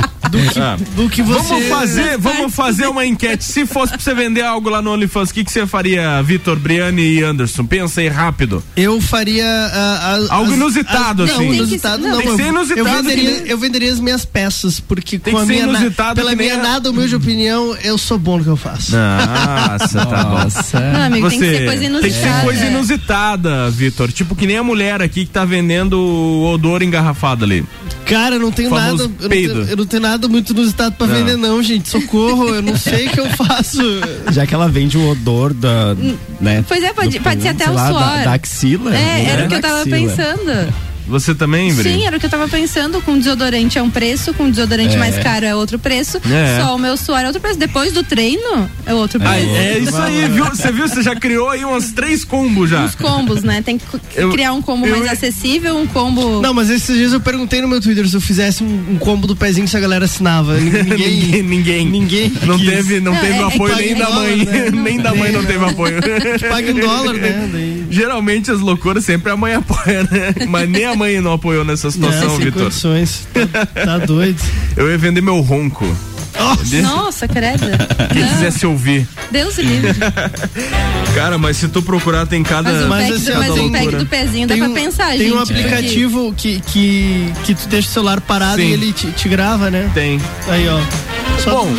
do que você... Vamos fazer uma enquete. Se fosse pra você vender algo lá no OnlyFans, o que você faria, Vitor, Briane e Anderson? Pensa aí rápido. Eu faria... algo inusitado, assim. Não, inusitado não. Tem que ser inusitado. Eu venderia as minhas peças, porque tem que ser inusitado. Pela minha nada humilde opinião, eu sou bom no que eu faço. Nossa, tá bom. Não, amigo, tem que ser coisa inusitada. Tem que ser coisa inusitada, Vitor. Tipo que nem a mulher aqui que tá vendendo o odor engarrafado ali. Cara, eu não tenho nada. Eu não tenho nada muito inusitado pra vender, não, gente. Socorro, eu não sei o que eu faço. Já que ela vende o odor da. Né, pois é, pode ser até o suor. Da axila. Era o que eu tava pensando. Você também, Bri? Sim, era o que eu tava pensando. Com desodorante é um preço, com desodorante mais caro é outro preço. Só o meu suor é outro preço. Depois do treino é outro preço. É isso aí, viu? Você já criou aí uns 3 combos já. Uns combos, né? Tem que criar um combo mais acessível, um combo... Não, mas esses dias eu perguntei no meu Twitter se eu fizesse um combo do pezinho, se a galera assinava. Ninguém. Não teve o apoio nem da mãe. Né? Nem da mãe não teve apoio. Paga em dólar, né? Daí... Geralmente as loucuras sempre a mãe apoia, né? Mas nem a mãe não apoiou nessa situação, Vitor. Tá doido. Eu ia vender meu ronco. Nossa, credo. Quem quisesse ouvir. Deus livre. Cara, mas se tu procurar tem cada... Mas o pack do pezinho dá pra pensar, gente. Tem um aplicativo que tu deixa o celular parado e ele te grava, né? Tem. Aí, ó. Bom...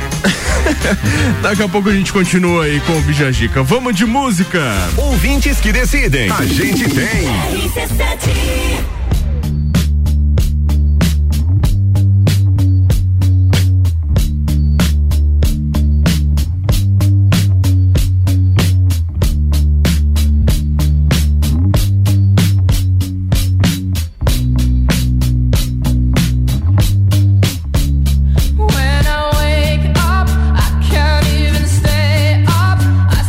Daqui a pouco a gente continua aí com o Bijagica. Vamos de música. Ouvintes que decidem. A gente tem.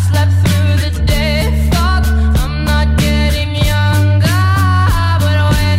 Younger, but when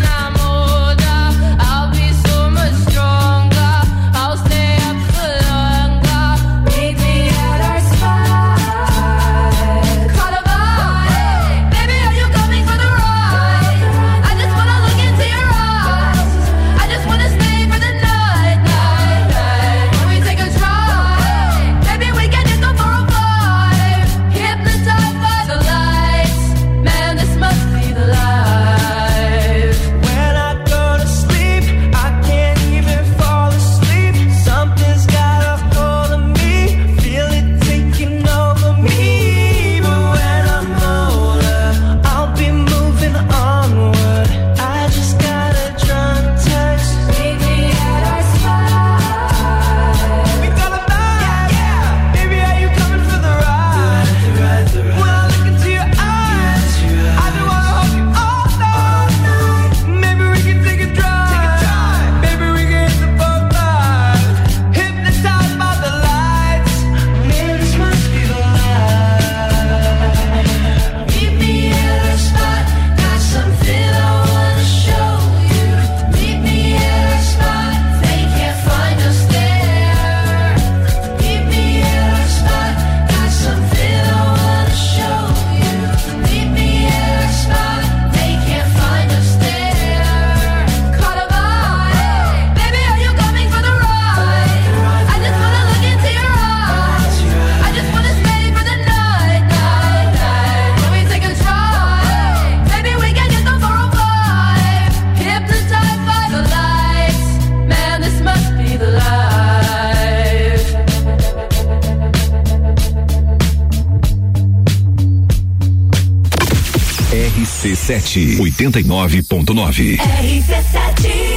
RC7 89.9. RC7.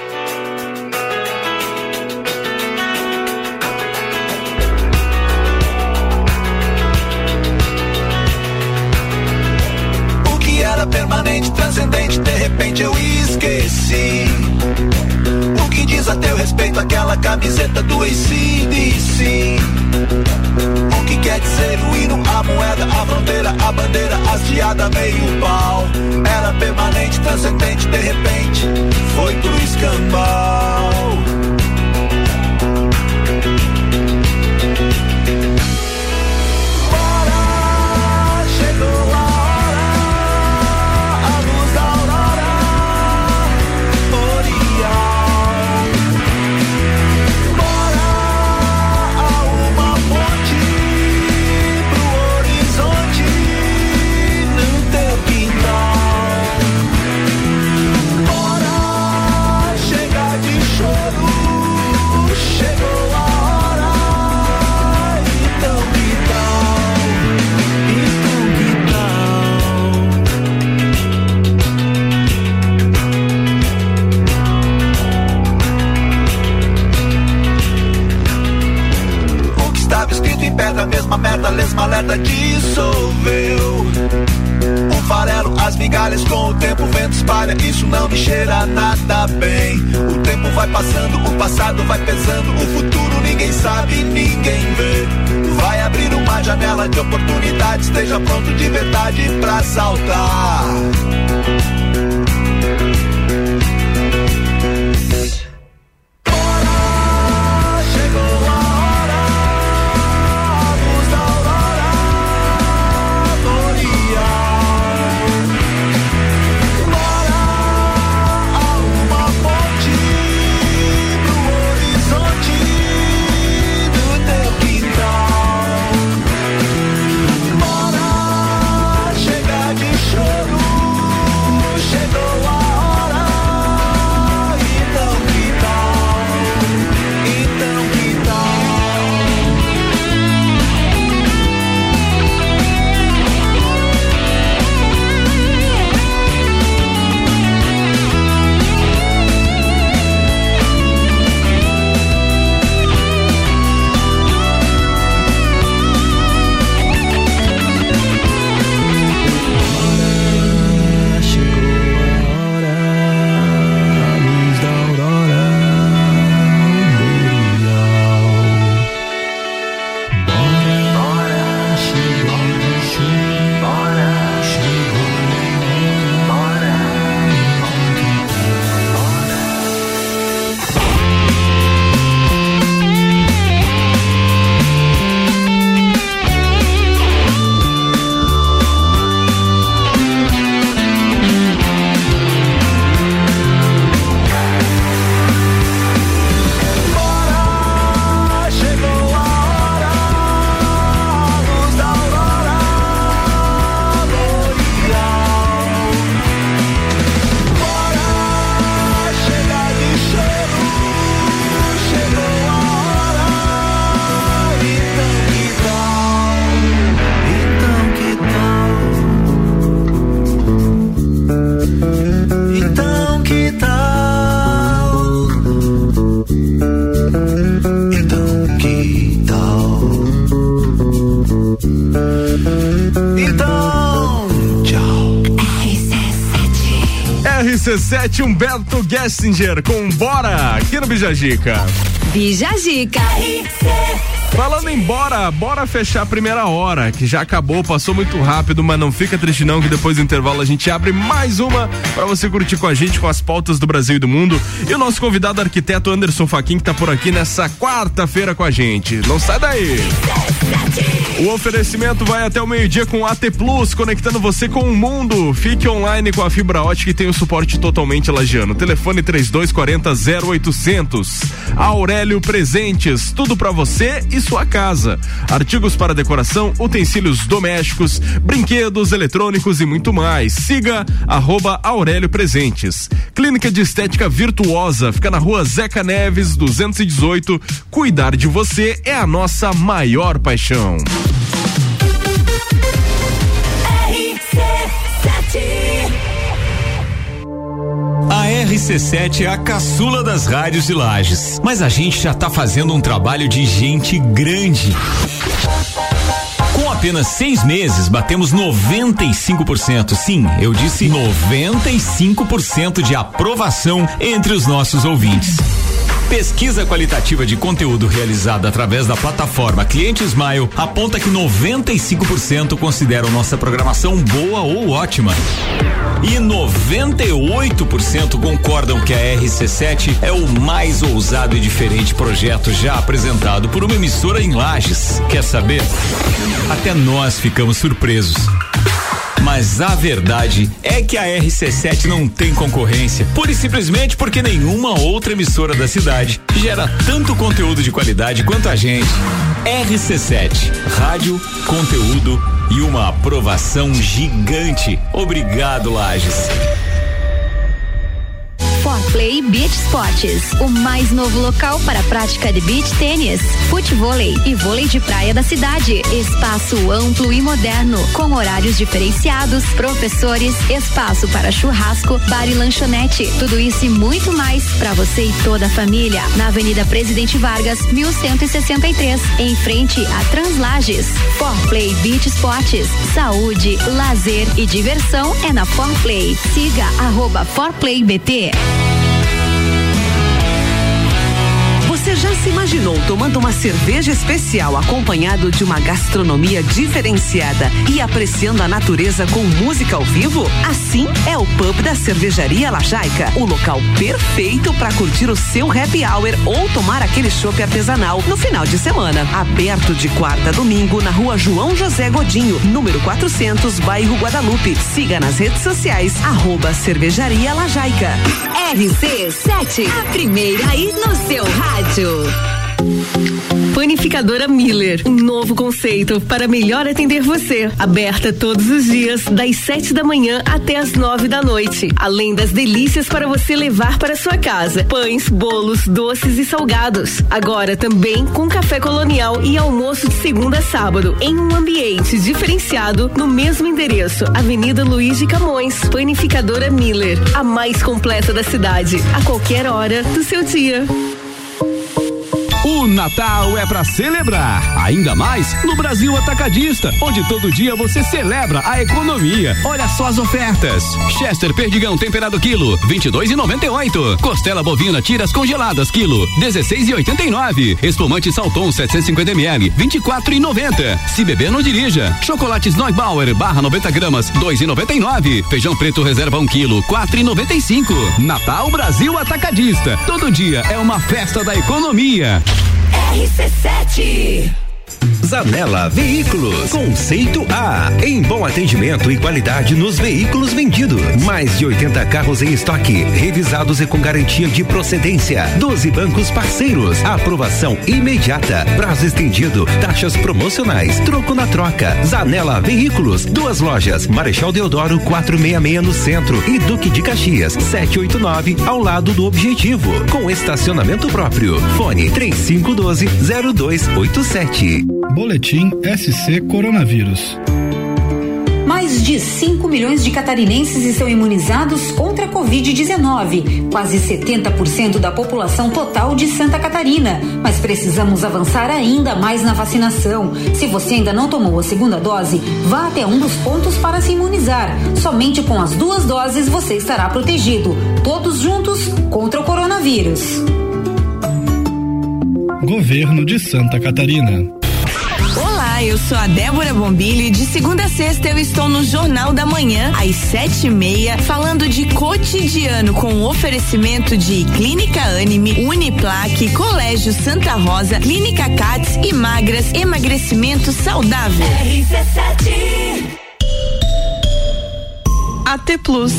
Permanente, transcendente, de repente eu esqueci. O que diz a teu respeito aquela camiseta do AC/DC? O que quer dizer o hino, a moeda, a fronteira, a bandeira hasteada, meio pau? Era permanente, transcendente, de repente foi pro escambau. A mesma merda, lesma alerta dissolveu. Um farelo, as migalhas com o tempo, o vento espalha, isso não me cheira nada bem. O tempo vai passando, o passado vai pesando, o futuro ninguém sabe, ninguém vê. Vai abrir uma janela de oportunidade, esteja pronto de verdade pra saltar. RC7 Humberto Gessinger com Bora aqui no Bijagica. Bijagica. Falando em bora fechar a primeira hora, que já acabou, passou muito rápido, mas não fica triste não, que depois do intervalo a gente abre mais uma pra você curtir com a gente, com as pautas do Brasil e do mundo. E o nosso convidado, arquiteto Anderson Fachin, que tá por aqui nessa quarta-feira com a gente. Não sai daí! O oferecimento vai até o meio-dia com AT Plus, conectando você com o mundo. Fique online com a fibra ótica e tem o suporte totalmente lagiano. Telefone 3240-0800. Aurélio Presentes, tudo pra você e sua casa. Artigos para decoração, utensílios domésticos, brinquedos, eletrônicos e muito mais. Siga @Aurélio Presentes. Clínica de Estética Virtuosa, fica na rua Zeca Neves, 218. Cuidar de você é a nossa maior paixão. RC7 A RC7 é a caçula das rádios de Lages, mas a gente já tá fazendo um trabalho de gente grande. Com apenas 6 meses, batemos 95%. Sim, eu disse 95% de aprovação entre os nossos ouvintes. Pesquisa qualitativa de conteúdo realizada através da plataforma Cliente Smile aponta que 95% consideram nossa programação boa ou ótima. E 98% concordam que a RC7 é o mais ousado e diferente projeto já apresentado por uma emissora em Lages. Quer saber? Até nós ficamos surpresos. Mas a verdade é que a RC7 não tem concorrência, pura e simplesmente porque nenhuma outra emissora da cidade gera tanto conteúdo de qualidade quanto a gente. RC7, rádio, conteúdo e uma aprovação gigante. Obrigado, Lages. Forplay Beach Sports, o mais novo local para a prática de beach tênis, futevôlei e vôlei de praia da cidade. Espaço amplo e moderno, com horários diferenciados, professores, espaço para churrasco, bar e lanchonete. Tudo isso e muito mais para você e toda a família. Na Avenida Presidente Vargas, 1163, em frente a Translages. Forplay Beach Sports, saúde, lazer e diversão é na Forplay. Siga @ForplayBT. Você já se imaginou tomando uma cerveja especial acompanhado de uma gastronomia diferenciada e apreciando a natureza com música ao vivo? Assim é o pub da Cervejaria Lajaica, o local perfeito para curtir o seu happy hour ou tomar aquele chopp artesanal no final de semana. Aberto de quarta a domingo na Rua João José Godinho, número 400, bairro Guadalupe. Siga nas redes sociais @Cervejaria Lajaica. RC7, a primeira aí no seu rádio. Panificadora Miller, um novo conceito para melhor atender você. Aberta todos os dias, das 7 da manhã até as 9 da noite. Além das delícias para você levar para sua casa: pães, bolos, doces e salgados. Agora também com café colonial e almoço de segunda a sábado, em um ambiente diferenciado, no mesmo endereço, Avenida Luiz de Camões. Panificadora Miller, a mais completa da cidade, a qualquer hora do seu dia. O Natal é pra celebrar, ainda mais no Brasil Atacadista, onde todo dia você celebra a economia. Olha só as ofertas: Chester Perdigão temperado quilo, 22,98. Costela bovina tiras congeladas quilo, 16,89. Espumante Salton 750 ml, 24,90. Se beber não dirija. Chocolates Neubauer barra 90 gramas, 2,99. Feijão preto reserva 1 quilo, 4,95. Natal Brasil Atacadista, todo dia é uma festa da economia. RC7. Zanela Veículos, conceito A, em bom atendimento e qualidade nos veículos vendidos. Mais de 80 carros em estoque, revisados e com garantia de procedência. 12 bancos parceiros, aprovação imediata, prazo estendido, taxas promocionais, troco na troca. Zanela Veículos, 2 lojas, Marechal Deodoro 466 no centro e Duque de Caxias 789 ao lado do Objetivo, com estacionamento próprio. Fone 3512-0287. Boletim SC Coronavírus. Mais de 5 milhões de catarinenses estão imunizados contra a Covid-19, quase 70% da população total de Santa Catarina. Mas precisamos avançar ainda mais na vacinação. Se você ainda não tomou a segunda dose, vá até um dos pontos para se imunizar. Somente com as 2 doses você estará protegido. Todos juntos contra o coronavírus. Governo de Santa Catarina. Olá, eu sou a Débora Bombilho e de segunda a sexta eu estou no Jornal da Manhã, às 7:30, falando de cotidiano com oferecimento de Clínica Anime, Uniplaque, Colégio Santa Rosa, Clínica Cats e Magras, emagrecimento saudável. RC7. AT Plus.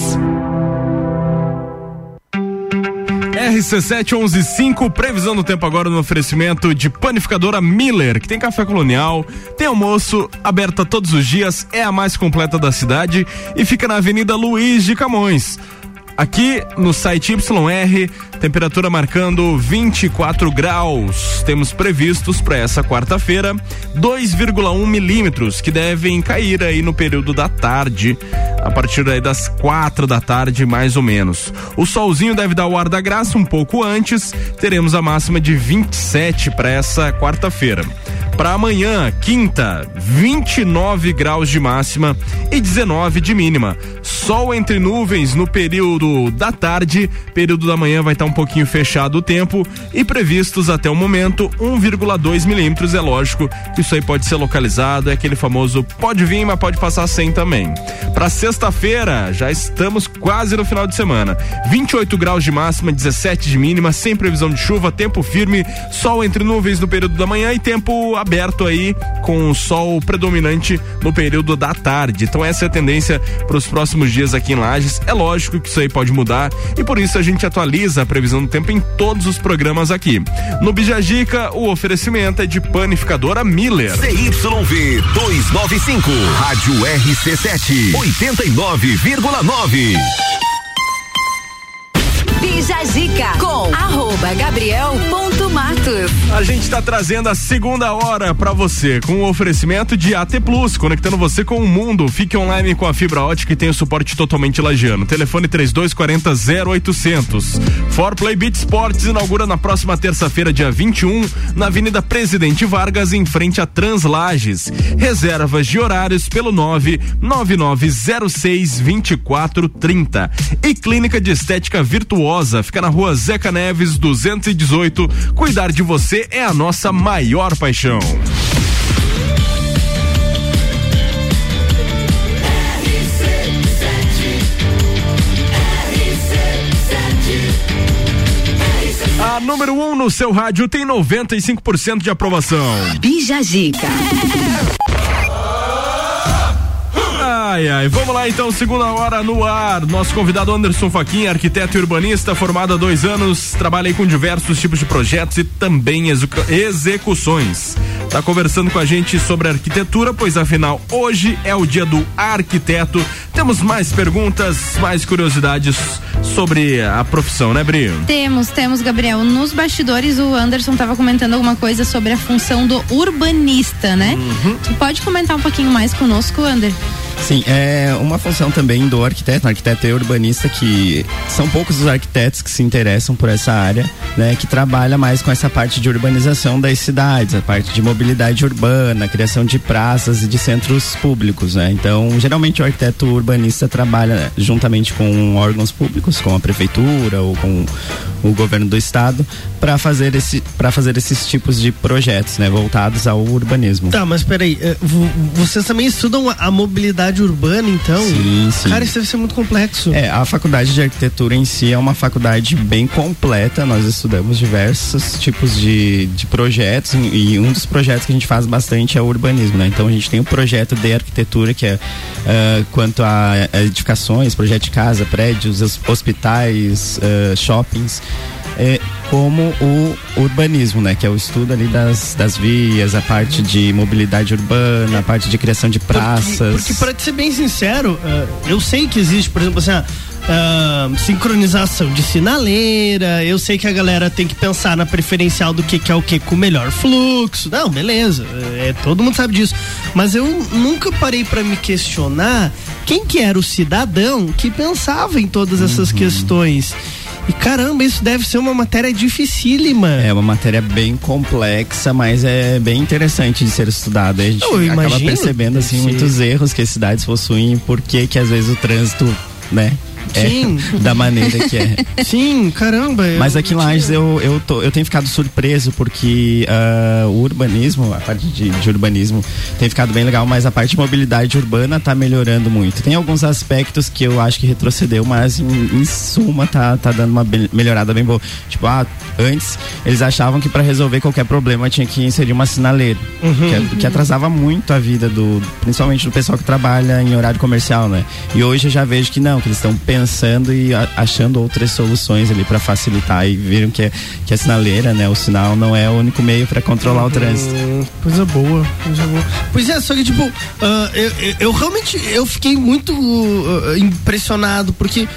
RC7 11:05, previsão do tempo agora no oferecimento de Panificadora Miller, que tem café colonial, tem almoço, aberta todos os dias, é a mais completa da cidade e fica na Avenida Luiz de Camões. Aqui no site YR, temperatura marcando 24 graus. Temos previstos para essa quarta-feira 2,1 milímetros que devem cair aí no período da tarde. a partir aí das 4 da tarde, mais ou menos. O solzinho deve dar o ar da graça um pouco antes, teremos a máxima de 27 para essa quarta-feira. Para amanhã, quinta, 29 graus de máxima e 19 de mínima. Sol entre nuvens no período da tarde, período da manhã vai estar um pouquinho fechado o tempo e previstos até o momento 1,2 milímetros. É lógico que isso aí pode ser localizado, é aquele famoso pode vir, mas pode passar sem também. Para sexta-feira, já estamos quase no final de semana. 28 graus de máxima, 17 de mínima, sem previsão de chuva, tempo firme, sol entre nuvens no período da manhã e tempo aberto aí com o sol predominante no período da tarde. Então essa é a tendência para os próximos dias aqui em Lages. É lógico que isso aí pode mudar e por isso a gente atualiza a previsão do tempo em todos os programas aqui. No Bijagica, o oferecimento é de panificadora Miller. CYV 295, Rádio RC7, 89,9. Bijagica com @Gabriel.Matos. A gente tá trazendo a segunda hora pra você com o oferecimento de AT Plus, conectando você com o mundo. Fique online com a fibra ótica e tem o suporte totalmente lagiano. Telefone 3240-0800. Forplay Beach Sports inaugura na próxima terça-feira, dia 21, na Avenida Presidente Vargas, em frente a Translages. Reservas de horários pelo 999062430. E Clínica de Estética Virtuosa fica na Rua Zeca Neves 218. Cuidar de você é a nossa maior paixão. A número 1 no seu rádio tem 95% de aprovação. Bijagica. Ai, vamos lá então, segunda hora no ar. Nosso convidado Anderson Fachin, arquiteto e urbanista, formado há 2 anos, trabalha aí com diversos tipos de projetos e também execuções. Tá conversando com a gente sobre arquitetura, pois afinal hoje é o dia do arquiteto. Temos mais perguntas, mais curiosidades sobre a profissão, né, Bri? Temos, Gabriel. Nos bastidores o Anderson estava comentando alguma coisa sobre a função do urbanista, né? Tu pode comentar um pouquinho mais conosco, Ander? Sim, é uma função também do arquiteto e urbanista, que são poucos os arquitetos que se interessam por essa área, né? Que trabalha mais com essa parte de urbanização das cidades, a parte de mobilidade urbana, criação de praças e de centros públicos, né? Então, geralmente o arquiteto urbanista trabalha juntamente com órgãos públicos, com a prefeitura ou com o governo do estado, para fazer esses tipos de projetos, né? Voltados ao urbanismo. Tá, mas peraí, vocês também estudam a mobilidade urbana, então? Sim. Cara, isso deve ser muito complexo. A faculdade de arquitetura em si é uma faculdade bem completa. Nós estudamos diversos tipos de projetos e um dos projetos que a gente faz bastante é o urbanismo, né? Então a gente tem um projeto de arquitetura que é quanto a edificações, projeto de casa, prédios, hospitais, shoppings. Como o urbanismo, né? Que é o estudo ali das vias, a parte de mobilidade urbana, a parte de criação de praças. Porque pra te ser bem sincero, eu sei que existe, por exemplo, assim, sincronização de sinaleira, eu sei que a galera tem que pensar na preferencial do que é o que com o melhor fluxo. Não, beleza, todo mundo sabe disso. Mas eu nunca parei pra me questionar quem que era o cidadão que pensava em todas essas questões. E caramba, isso deve ser uma matéria dificílima. É uma matéria bem complexa, mas é bem interessante de ser estudada. A gente acaba percebendo assim muitos erros que as cidades possuem e por que às vezes o trânsito, né? Sim. Da maneira que é. Sim, caramba. Mas aqui em Lages eu tenho ficado surpreso porque o urbanismo, a parte de urbanismo tem ficado bem legal, mas a parte de mobilidade urbana tá melhorando muito. Tem alguns aspectos que eu acho que retrocedeu, mas em suma tá dando uma melhorada bem boa. Tipo, antes eles achavam que para resolver qualquer problema tinha que inserir uma sinaleira, que atrasava muito a vida principalmente do pessoal que trabalha em horário comercial, né? E hoje eu já vejo que não, que eles estão pensando e achando outras soluções ali para facilitar e viram que a sinaleira, né, o sinal não é o único meio para controlar o trânsito. Coisa boa. Pois é, só que tipo, eu realmente fiquei muito impressionado porque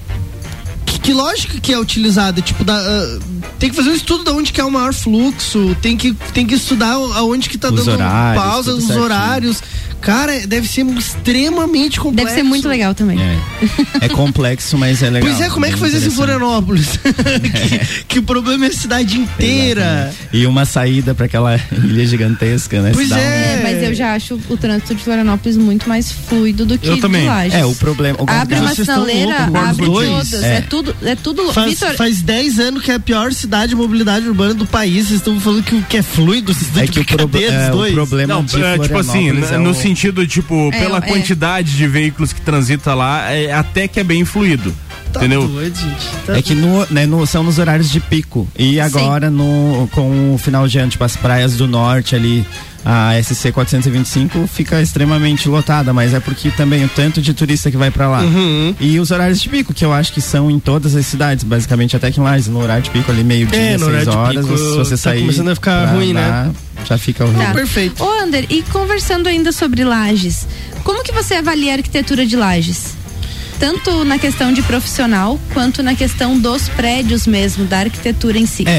que lógica que é utilizada, tipo, tem que fazer um estudo de onde que é o maior fluxo, tem que estudar aonde que tá dando pausa, os horários. Cara, deve ser extremamente complexo. Deve ser muito legal também. É complexo, mas é legal. Pois é, como é que faz isso em Florianópolis? que o problema é a cidade inteira. E uma saída pra aquela ilha gigantesca, né? Pois mas eu já acho o trânsito de Florianópolis muito mais fluido do que eu também. de Lages. O problema... Abre uma sinaleira, abre todas. É tudo... Faz 10 anos que é a pior cidade de mobilidade urbana do país. Vocês estão falando que o que é fluido, vocês estão que o problema não, de Florianópolis tipo assim, no sentido, tipo, pela quantidade de veículos que transita lá, até que é bem fluido. Tá entendeu? Doido, gente. É que são nos horários de pico. E agora, com o final de ano, tipo, as praias do norte ali, a SC 425 fica extremamente lotada, mas é porque também o tanto de turista que vai pra lá. E os horários de pico, que eu acho que são em todas as cidades, basicamente até aqui em Lages, no horário de pico ali, meio-dia, 6 horas, pico, se você sair. Começando a ficar ruim, né? Já fica horrível. Tá. Perfeito. Ô, Ander, e conversando ainda sobre Lages, como que você avalia a arquitetura de Lages? Tanto na questão de profissional, quanto na questão dos prédios mesmo, da arquitetura em si.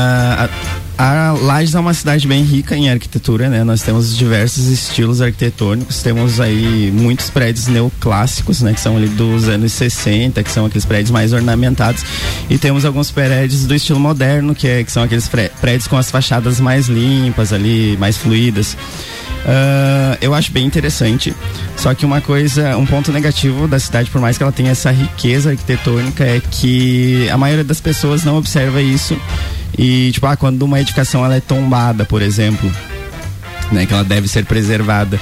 A Lages é uma cidade bem rica em arquitetura, né? Nós temos diversos estilos arquitetônicos, temos aí muitos prédios neoclássicos, né? Que são ali dos anos 60, que são aqueles prédios mais ornamentados, e temos alguns prédios do estilo moderno, que são aqueles prédios com as fachadas mais limpas ali, mais fluídas. Eu acho bem interessante, só que um ponto negativo da cidade, por mais que ela tenha essa riqueza arquitetônica, é que a maioria das pessoas não observa isso. E tipo, quando uma edificação ela é tombada, por exemplo, né, que ela deve ser preservada,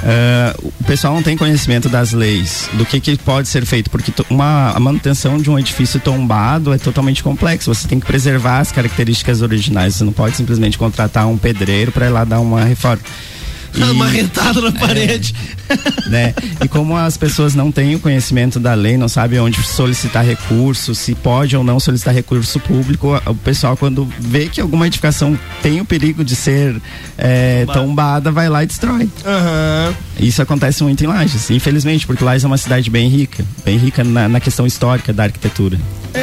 o pessoal não tem conhecimento das leis, do que pode ser feito, porque a manutenção de um edifício tombado é totalmente complexo. Você tem que preservar as características originais, você não pode simplesmente contratar um pedreiro para ir lá dar uma reforma. Uma rentada na parede. Né? E como as pessoas não têm o conhecimento da lei, não sabem onde solicitar recurso, se pode ou não solicitar recurso público, o pessoal, quando vê que alguma edificação tem o perigo de ser tombada, vai lá e destrói. Isso acontece muito em Lages, infelizmente, porque Lages é uma cidade bem rica na questão histórica da arquitetura.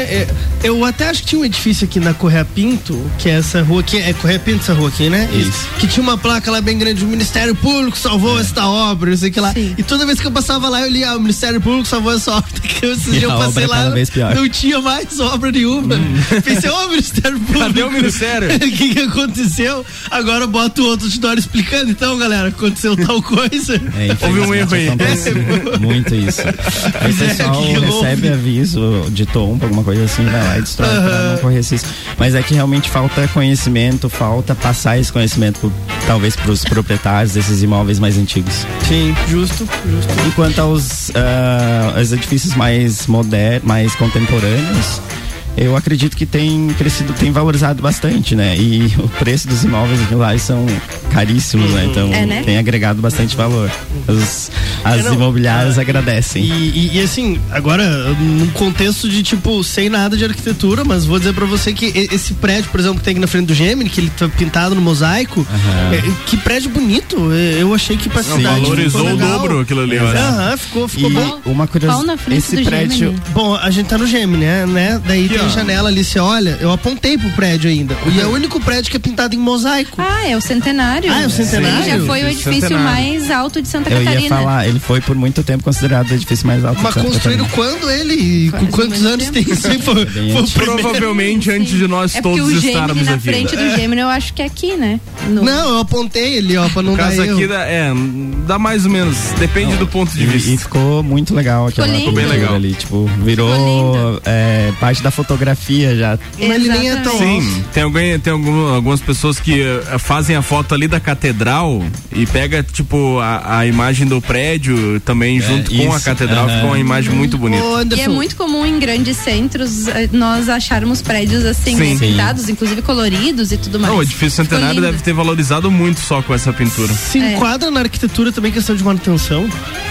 Eu até acho que tinha um edifício aqui na Correia Pinto, que é essa rua aqui, é Correia Pinto essa rua aqui, né? Isso. Que tinha uma placa lá bem grande, o Ministério Público salvou esta obra, não sei o que lá. Sim. E toda vez que eu passava lá, eu lia, o Ministério Público salvou essa obra, que esses dias eu passei lá, não tinha mais obra nenhuma. Pensei, Ministério Público. Cadê o Ministério? O que aconteceu? Agora bota o outro outdoor explicando, então, galera, aconteceu tal coisa. Houve um erro aí. Muito isso. Aí o pessoal recebe aviso de tomba, alguma coisa assim, vai lá e destrói pra não correr isso. Mas é que realmente falta conhecimento, falta passar esse conhecimento talvez pros proprietários desses imóveis mais antigos. Sim, justo. Enquanto aos edifícios mais modernos, mais contemporâneos, eu acredito que tem crescido, tem valorizado bastante, né? E o preço dos imóveis aqui lá são caríssimos, né? Então né? Tem agregado bastante valor. As imobiliárias agradecem. E assim, agora, num contexto de tipo, sem nada de arquitetura, mas vou dizer pra você que esse prédio, por exemplo, que tem aqui na frente do Gemini, que ele tá pintado no mosaico, que prédio bonito. Eu achei que pra cidade valorizou o dobro aquilo ali, olha. Ficou bom. Uma curiosidade, esse prédio... Gemini? Bom, a gente tá no Gemini, né? Daí tem janela ali, você olha, eu apontei pro prédio ainda. E é o único prédio que é pintado em mosaico. É o Centenário. É o Centenário? Sim, já foi o edifício mais alto de Santa Catarina. Eu ia falar, ele foi por muito tempo considerado o edifício mais alto de Santa Catarina. Mas construíram quando ele? Com quantos anos tem isso? Foi provavelmente antes de nós todos estarmos na aqui. Na frente do Gemini, eu acho que é aqui, né? Não, eu apontei ele, pra não dar erro. Aqui dá mais ou menos, depende do ponto de vista. E ficou muito legal aquela bem legal ali, tipo, virou parte da fotografia já. Mas ele nem é tão... Sim, tem algumas pessoas que fazem a foto ali da catedral e pega, tipo, a imagem do prédio também junto com a catedral, ficou uma imagem muito bonita. E é muito comum em grandes centros nós acharmos prédios assim, pintados, inclusive coloridos e tudo mais. O edifício Centenário deve ter valorizado muito só com essa pintura. Se enquadra na arquitetura também questão de manutenção?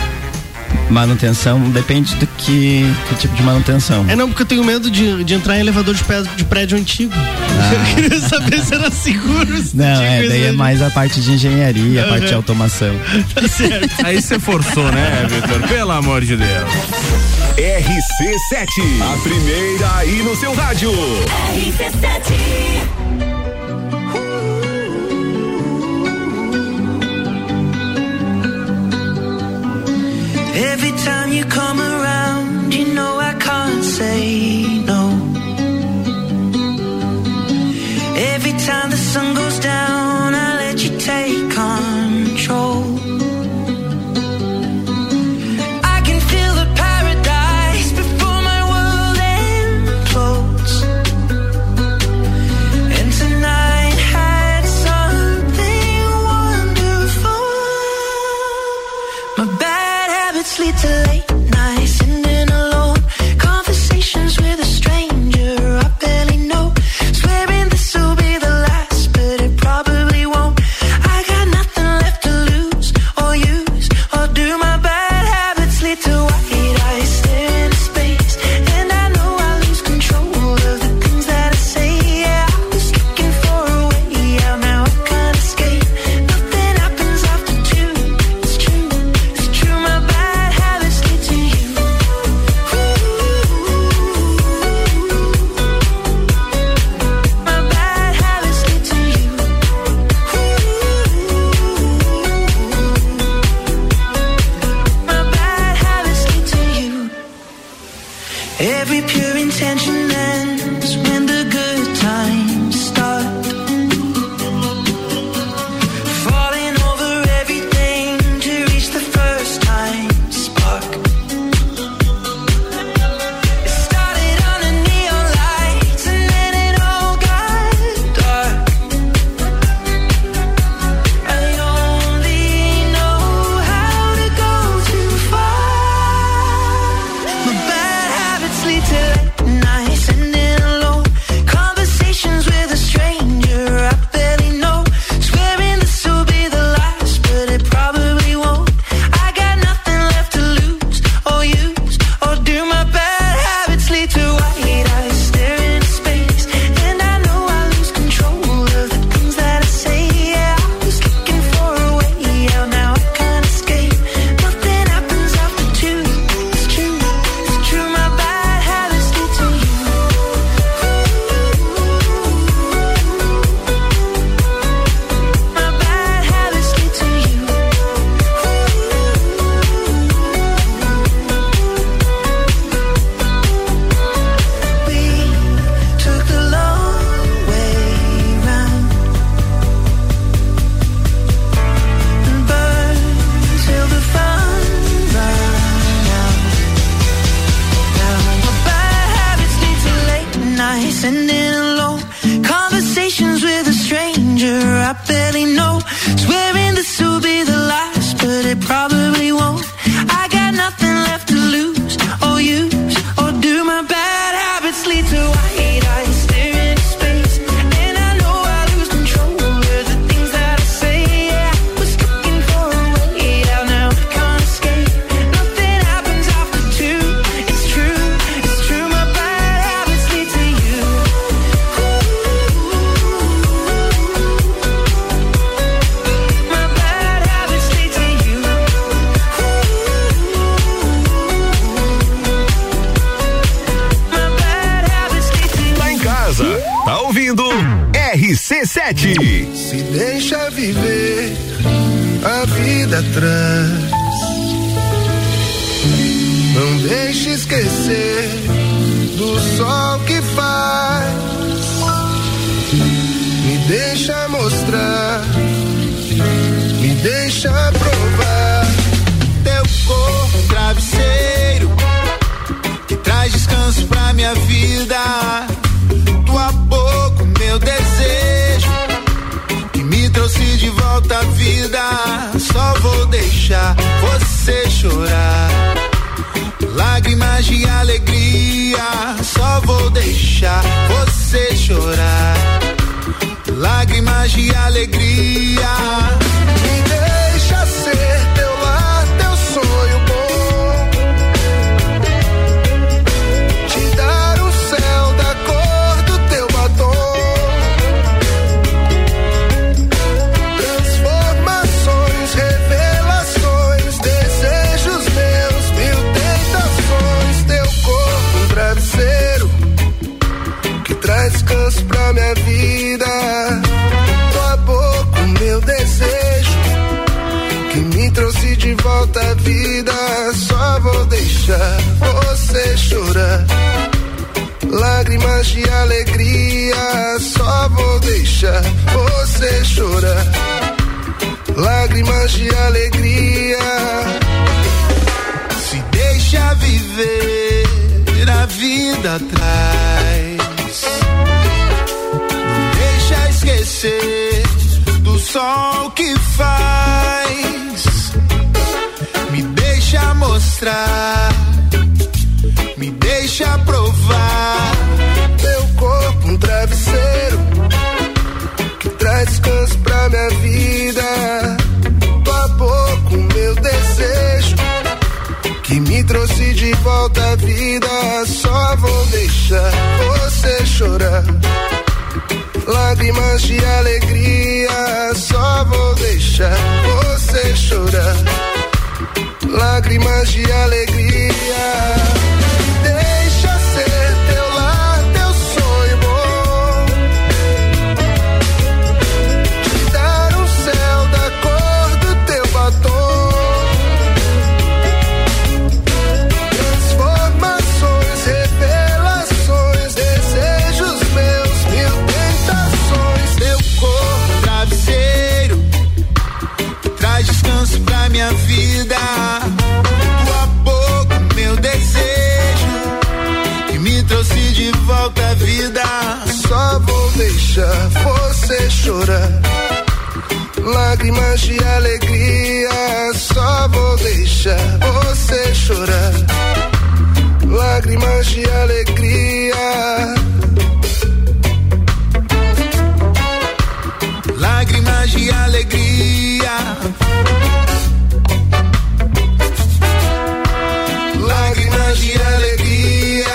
Manutenção depende do que tipo de manutenção. Não, porque eu tenho medo de entrar em elevador de prédio antigo. Eu queria saber se era seguro. Não, daí é mais a parte de engenharia, a parte de automação. Tá certo. Aí você forçou, né, Vitor? Pelo amor de Deus. RC7, a primeira aí no seu rádio. RC7. Every time you come around, you know I can't say no. Every time the sun goes down, I let you take control. I can feel the paradise before my world implodes. And tonight had something wonderful. My bad habits lead to late nights, sitting alone. Conversations with a stranger I barely know. Swearing this will be the last, but it probably won't. I got nothing left to lose or use or do. My bad habits lead to white eyes staring into space, and I know I lose control of the things that I say. Yeah, I was looking for a way out, now I can't escape. Nothing happens after two. It's true, it's true. My bad habits lead to you. My bad habits lead to you. My bad habits lead to you. Every pure intention ends when the good times start. Falling over everything to reach the first time spark. It started under neon lights and then it all got dark. I only know how to go too far. My bad habits lead to late nights, sitting alone. Conversations with a stranger I barely know. Swearing this will be the last, but it probably won't. I got nothing left to lose or use or do. My bad habits lead to white eyes staring into space, and I know I lose control of the things that I say. Yeah, I was looking for a way out, now I can't escape. Nothing happens after two. It's true, it's true. My bad habits lead to you. My bad habits lead to you. We took the long way round and burned till the fun ran out. Now my bad habits lead to late nights, sitting alone. Conversations with a stranger I barely know. Swearing this will be the last, but it probably won't. I got nothing left to lose or use or do. My bad habits lead to white eyes staring into space, and I know I lose control of the things that I say. Yeah, I was looking for a way out, now I can't escape. Nothing happens after two. It's true, it's true. My bad habits lead to you. My bad habits lead to you. My bad habits lead to you. Tá em casa, tá ouvindo RC7. Se deixa viver, a vida traz. Não deixe esquecer do sol que faz. Me deixa mostrar, me deixa provar. Teu corpo, travesseiro, que traz descanso pra minha vida. Tua boca, meu desejo, que me trouxe de volta à vida. Só vou deixar você chorar. Lágrimas de alegria, só vou deixar você chorar. Lágrimas de alegria. Me deixa ser teu lar, teu sonho bom. Te dar o céu da cor do teu batom. Transformações, revelações, desejos meus, mil tentações. Teu corpo, um travesseiro, que traz descanso pra minha vida. Tua boca, o meu desejo, que me trouxe de volta à vida. Só vou deixar você chorar. Lágrimas de alegria, só vou deixar você chorar. Lágrimas de alegria. Se deixa viver a vida atrás. Não deixa esquecer do sol que faz. Me deixa mostrar, me deixa provar. Meu corpo um travesseiro que traz descanso pra minha vida. Tua boca o meu desejo que me trouxe de volta à vida. Só vou deixar você chorar. Lágrimas de alegria, só vou deixar você chorar. Lágrimas de alegria. Deixa ser teu lar, teu sonho bom. Te dar um céu da cor do teu batom. Transformações, revelações, desejos meus, mil tentações. Teu corpo travesseiro traz descanso pra minha vida. Tua boca, meu desejo que me trouxe de volta à vida. Só vou deixar você chorar. Lágrimas de alegria, só vou deixar você chorar. Lágrimas de alegria. Lágrimas de alegria. Lágrimas de alegria.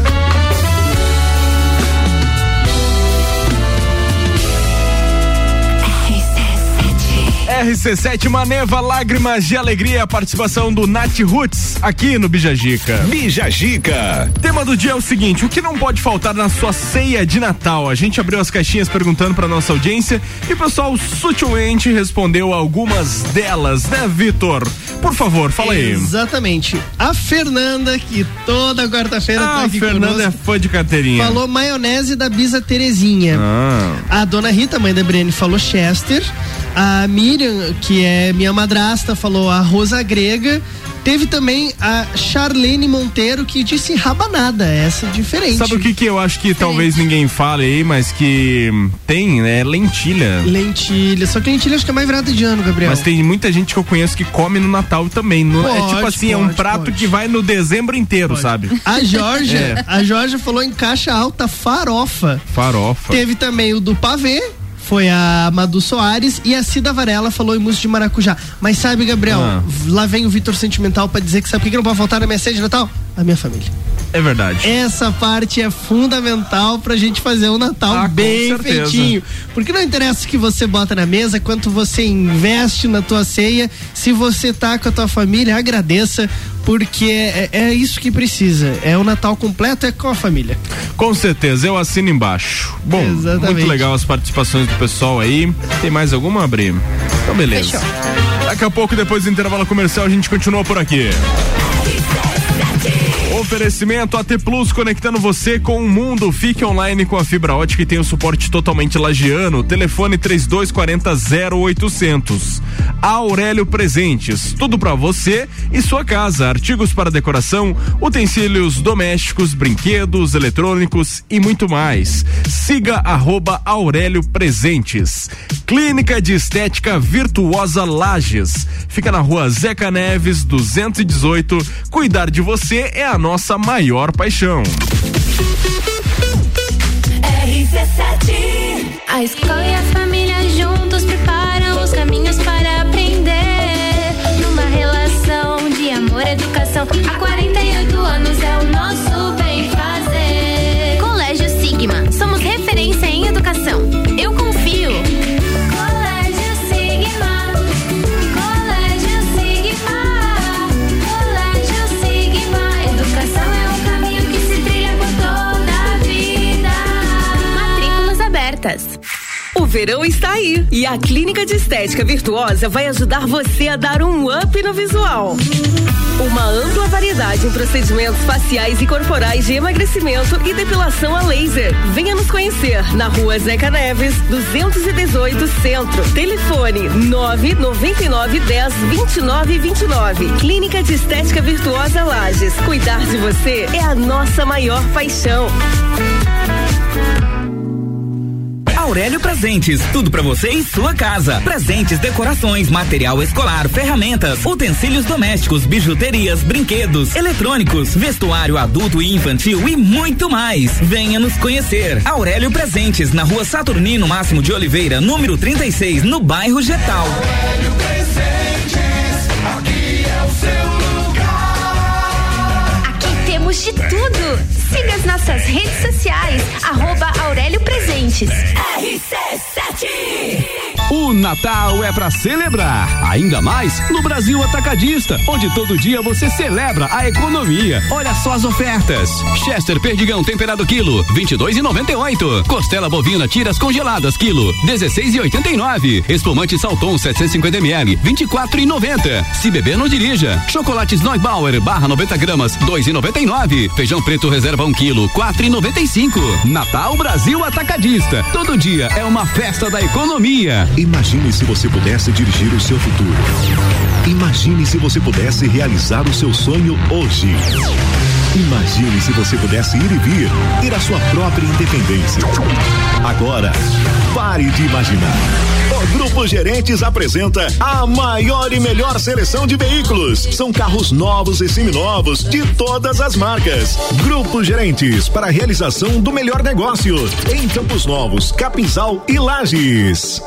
RC7 Maneva, Lágrimas de Alegria, a participação do Nath Roots aqui no Bijagica. Bijagica. Tema do dia é o seguinte: o que não pode faltar na sua ceia de Natal? A gente abriu as caixinhas perguntando pra nossa audiência e o pessoal sutilmente respondeu algumas delas, né, Vitor? Por favor, fala aí. Exatamente. A Fernanda, que toda quarta-feira tá aqui Fernanda conosco, é fã de carteirinha. falou maionese da Bisa Terezinha. A dona Rita, mãe da Brienne, falou Chester. A Miriam, que é minha madrasta, falou arroz grega. Teve também a Charlene Monteiro, que disse rabanada, essa é diferente. Sabe o que eu acho que talvez ninguém fale aí, mas que tem, né? Lentilha. Lentilha, só que lentilha acho que é mais virada de ano, Gabriel. Mas tem muita gente que eu conheço que come no Natal também. É tipo assim, é um prato que vai no dezembro inteiro, sabe? A Jorge, a Jorge falou em caixa alta farofa. Farofa. Teve também o do pavê. Foi a Madu Soares, e a Cida Varela falou em mousse de maracujá. Mas sabe, Gabriel, lá vem o Vitor Sentimental pra dizer que sabe o que não pode faltar na minha ceia de Natal? A minha família. É verdade. Essa parte é fundamental pra gente fazer um Natal bem feitinho. Porque não interessa o que você bota na mesa, quanto você investe na tua ceia. Se você tá com a tua família, agradeça, porque é isso que precisa. É o Natal completo, é com a família. Com certeza, eu assino embaixo. Bom, muito legal as participações do pessoal aí. Tem mais alguma, Bri? Então beleza. Fechou. Daqui a pouco, depois do intervalo comercial, a gente continua por aqui. Oferecimento AT Plus, conectando você com o mundo. Fique online com a fibra ótica e tem o suporte totalmente lagiano. Telefone 3240-0800. Aurélio Presentes, tudo pra você e sua casa. Artigos para decoração, utensílios domésticos, brinquedos, eletrônicos e muito mais. Siga @Aurélio Presentes. Clínica de Estética Virtuosa Lages. Fica na rua Zeca Neves 218. Cuidar de você é a nossa maior paixão. RC7. A escola e a família juntos preparam os caminhos para aprender. Numa relação de amor e educação, há 48 anos é o nosso bem fazer. Colégio Sigma, somos referência em educação. Eu confio. Colégio Sigma, Colégio Sigma, Colégio Sigma. Educação é um caminho que se trilha por toda a vida. Matrículas abertas. O verão está aí e a Clínica de Estética Virtuosa vai ajudar você a dar um up no visual. Uma ampla variedade em procedimentos faciais e corporais de emagrecimento e depilação a laser. Venha nos conhecer na Rua Zeca Neves, 218 Centro. Telefone 99910-2929. Clínica de Estética Virtuosa Lages. Cuidar de você é a nossa maior paixão. Aurélio Presentes, tudo pra você em sua casa. Presentes, decorações, material escolar, ferramentas, utensílios domésticos, bijuterias, brinquedos, eletrônicos, vestuário adulto e infantil e muito mais. Venha nos conhecer. Aurélio Presentes, na Rua Saturnino Máximo de Oliveira, número 36, no bairro Getal. Aurélio Presentes, aqui é o seu lugar. Aqui temos de tudo. Siga as nossas redes sociais, @Aurélio Presentes. RC7. O Natal é pra celebrar, ainda mais no Brasil Atacadista, onde todo dia você celebra a economia. Olha só as ofertas. Chester Perdigão temperado quilo, 22,98. Costela bovina tiras congeladas quilo, 16,89. Espumante Salton 750 ml, 24,90. Se beber não dirija. Chocolates Neubauer barra 90 gramas, 2,99. Feijão preto reserva 1 quilo, 4,95. Natal Brasil Atacadista. Todo dia é uma festa da economia. Imagine se você pudesse dirigir o seu futuro. Imagine se você pudesse realizar o seu sonho hoje. Imagine se você pudesse ir e vir, ter a sua própria independência. Agora, pare de imaginar. O Grupo Gerentes apresenta a maior e melhor seleção de veículos. São carros novos e seminovos de todas as marcas. Grupo Gerentes, para a realização do melhor negócio em Campos Novos, Capinzal e Lages.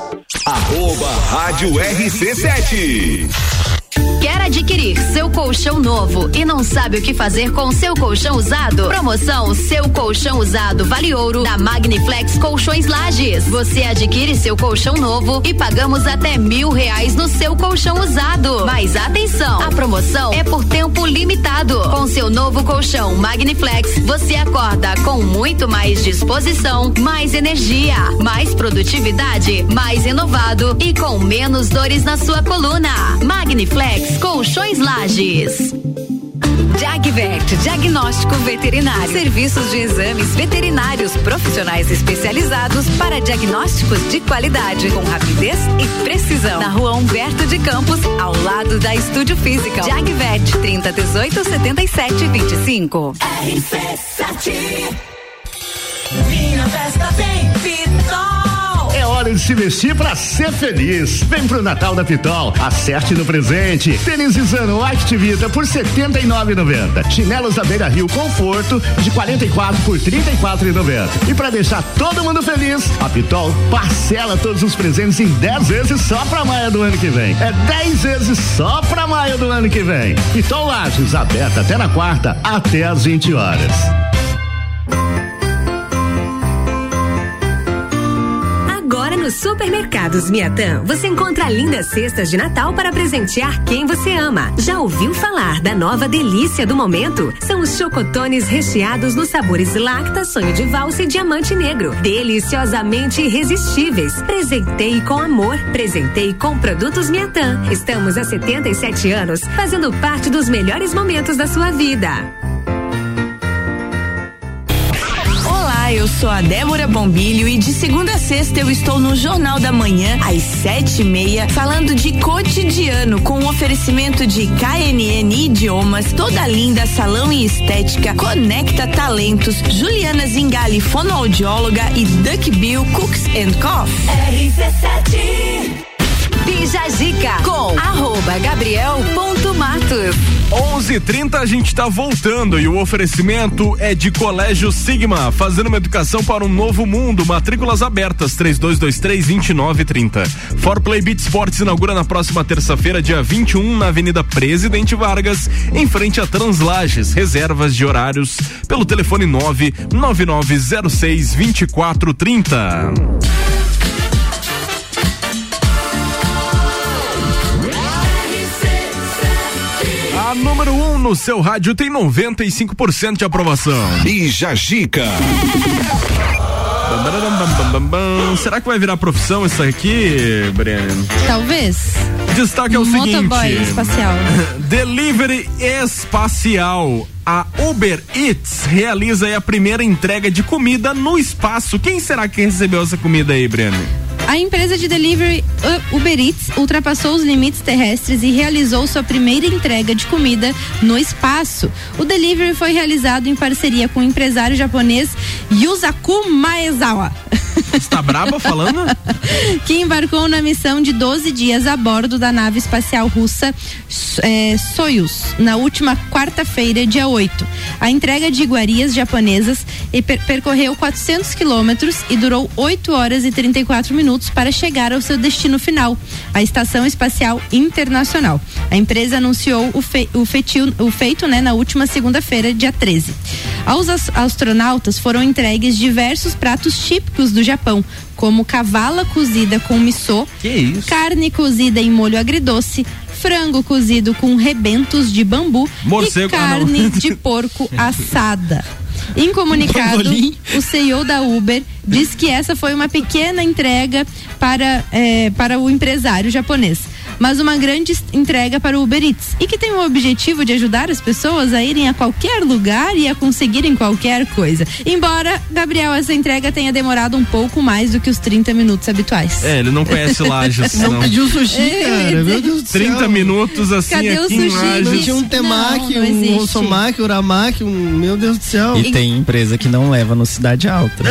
@Rádio RC7. Quer adquirir seu colchão novo e não sabe o que fazer com seu colchão usado? Promoção Seu Colchão Usado Vale Ouro da Magniflex Colchões Lages. Você adquire seu colchão novo e pagamos até R$1.000 no seu colchão usado. Mas atenção, a promoção é por tempo limitado. Com seu novo colchão Magniflex, você acorda com muito mais disposição, mais energia, mais produtividade, mais renovado e com menos dores na sua coluna. Magniflex Colchões Lages. Jagvet, diagnóstico veterinário. Serviços de exames veterinários profissionais especializados para diagnósticos de qualidade, com rapidez e precisão. Na Rua Humberto de Campos, ao lado da Estúdio Física. Jagvet, 3018-7725. RC7. Minha festa tem Pitol. É hora de se vestir pra ser feliz. Vem pro Natal da Pitol, acerte no presente. Tênis Zano Activita por R$79,90. Chinelos da Beira Rio Conforto de 44 por R$34,90. E pra deixar todo mundo feliz, a Pitol parcela todos os presentes em 10 vezes só pra maio do ano que vem. É 10 vezes só pra maio do ano que vem. Pitol Lages, aberta até na quarta, até às 20 horas. Nos supermercados Miatã, você encontra lindas cestas de Natal para presentear quem você ama. Já ouviu falar da nova delícia do momento? São os chocotones recheados nos sabores Lacta, Sonho de Valsa e Diamante Negro. Deliciosamente irresistíveis. Presentei com amor. Presentei com produtos Miatã. Estamos há 77 anos fazendo parte dos melhores momentos da sua vida. Eu sou a Débora Bombilho e de segunda a sexta eu estou no Jornal da Manhã às 7:30 falando de cotidiano com um oferecimento de KNN Idiomas, Toda Linda Salão e Estética, Conecta Talentos, Juliana Zingali, fonoaudióloga e Duck Bill Cooks and Coffee. RC7. Bija Zica com @Gabriel.Matos. 11:30 a gente tá voltando e o oferecimento é de Colégio Sigma, fazendo uma educação para um novo mundo. Matrículas abertas, 3223-2930. Forplay Beat Sports inaugura na próxima terça-feira, dia 21, na Avenida Presidente Vargas, em frente a Translages. Reservas de horários pelo telefone 99906-2430. A número 1 no seu rádio tem 95% de aprovação. Bija Gica. Será que vai virar profissão isso aqui, Breno? Talvez. Destaque é o seguinte: motoboy espacial. Delivery espacial. A Uber Eats realiza aí a primeira entrega de comida no espaço. Quem será que recebeu essa comida aí, Breno? A empresa de delivery Uber Eats ultrapassou os limites terrestres e realizou sua primeira entrega de comida no espaço. O delivery foi realizado em parceria com o empresário japonês Yusaku Maezawa. Está braba falando? Que embarcou na missão de 12 dias a bordo da nave espacial russa Soyuz, na última quarta-feira, dia 8. A entrega de iguarias japonesas percorreu 400 quilômetros e durou 8 horas e 34 minutos para chegar ao seu destino final, a Estação Espacial Internacional. A empresa anunciou o feito na última segunda-feira, dia 13. Aos astronautas foram entregues diversos pratos típicos do Japão, como cavala cozida com miso, carne cozida em molho agridoce, frango cozido com rebentos de bambu e carne de porco assada. Em comunicado, o CEO da Uber diz que essa foi uma pequena entrega para o empresário japonês, mas uma grande entrega para o Uber Eats, e que tem o objetivo de ajudar as pessoas a irem a qualquer lugar e a conseguirem qualquer coisa. Embora, Gabriel, essa entrega tenha demorado um pouco mais do que os 30 minutos habituais. Ele não conhece Lages. Não pediu sushi, cara. Meu Deus do céu. 30 minutos assim. Cadê aqui o sushi? em Lages. Tinha um temaki, um rossomaki, um uramaki, meu Deus do céu. E tem empresa que não leva no Cidade Alta.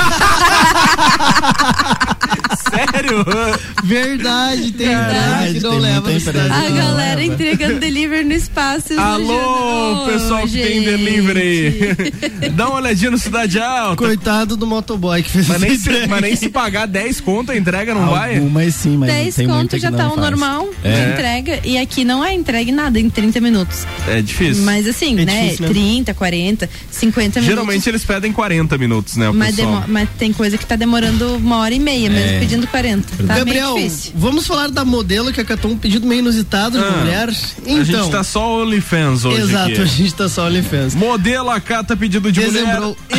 Sério? Verdade, tem empresa que não leva no Cidade Alta. A galera entregando delivery no espaço. Alô, pessoal que tem delivery. Dá uma olhadinha no Cidade Alta. Coitado do motoboy que fez mas nem se pagar 10 conto a entrega não vai? Algumas sim, mas 10 tem conto já tá o normal de entrega, e aqui não é entregue nada em 30 minutos. É difícil. Mas assim, né, difícil, 30, 40, 50 minutos. Geralmente eles pedem 40 minutos, né, o pessoal. Mas tem coisa que tá demorando 1h30, mesmo pedindo 40. Tá Gabriel, meio difícil. Vamos falar da modelo que acatou um pedido meio inusitado de mulher. Então, a gente tá só OnlyFans hoje. Exato, aqui. a gente tá só OnlyFans. Modelo acata pedido de mulher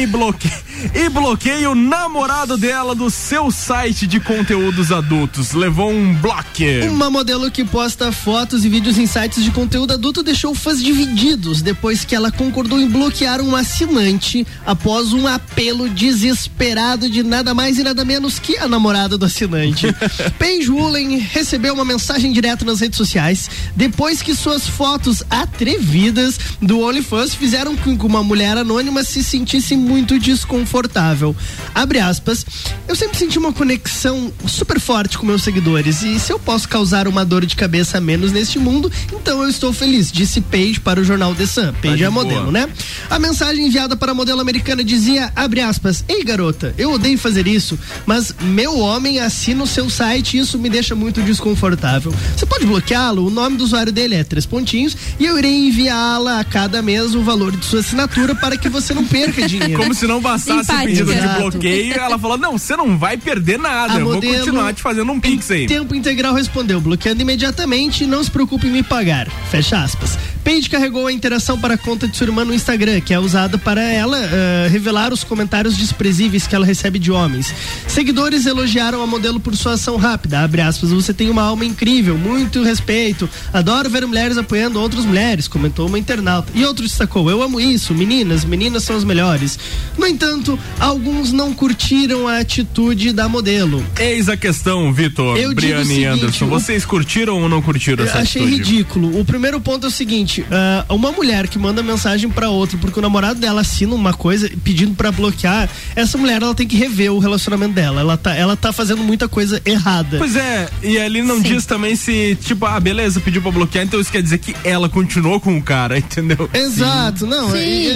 e bloqueia o namorado dela do seu site de conteúdos adultos. Levou um bloco. Uma modelo que posta fotos e vídeos em sites de conteúdo adulto deixou fãs divididos depois que ela concordou em bloquear um assinante após um apelo desesperado de nada mais e nada menos que a namorada do assinante. Paige Woolen recebeu uma mensagem direta nas redes sociais depois que suas fotos atrevidas do OnlyFans fizeram com que uma mulher anônima se sentisse muito desconfortável. Abre aspas, eu sempre senti uma conexão super forte com meus seguidores e se eu posso causar uma dor de cabeça a menos neste mundo, então eu estou feliz, disse Paige para o jornal The Sun. Paige é a modelo, né? A mensagem enviada para a modelo americana dizia, abre aspas, ei garota, eu odeio fazer isso, mas meu homem assina o seu site e isso me deixa muito desconfortável. Você pode bloqueá-lo? O nome do usuário dele é 3 pontinhos e eu irei enviá-la a cada mês o valor de sua assinatura para que você não perca dinheiro. Como se não bastasse o pedido de bloqueio, ela falou, não, você não vai perder nada, eu vou continuar te fazendo um pix aí. Tempo Integral respondeu, bloqueando imediatamente, não se preocupe em me pagar. Fecha aspas. Paige carregou a interação para a conta de sua irmã no Instagram, que é usada para ela revelar os comentários desprezíveis que ela recebe de homens. Seguidores elogiaram a modelo por sua ação rápida, abre aspas, você tem uma alma incrível, muito respeito, adoro ver mulheres apoiando outras mulheres, comentou uma internauta. E outro destacou, eu amo isso, meninas são as melhores. No entanto, alguns não curtiram a atitude da modelo. Eis a questão, Vitor, Briane e Anderson, vocês curtiram ou não curtiram essa atitude? Achei ridículo. O primeiro ponto é o seguinte, uma mulher que manda mensagem pra outra porque o namorado dela assina uma coisa pedindo pra bloquear, essa mulher ela tem que rever o relacionamento dela, ela tá fazendo muita coisa errada. Pois é, e ali não diz também se, tipo, beleza, pediu pra bloquear, então isso quer dizer que ela continuou com o cara, entendeu? Exato, não,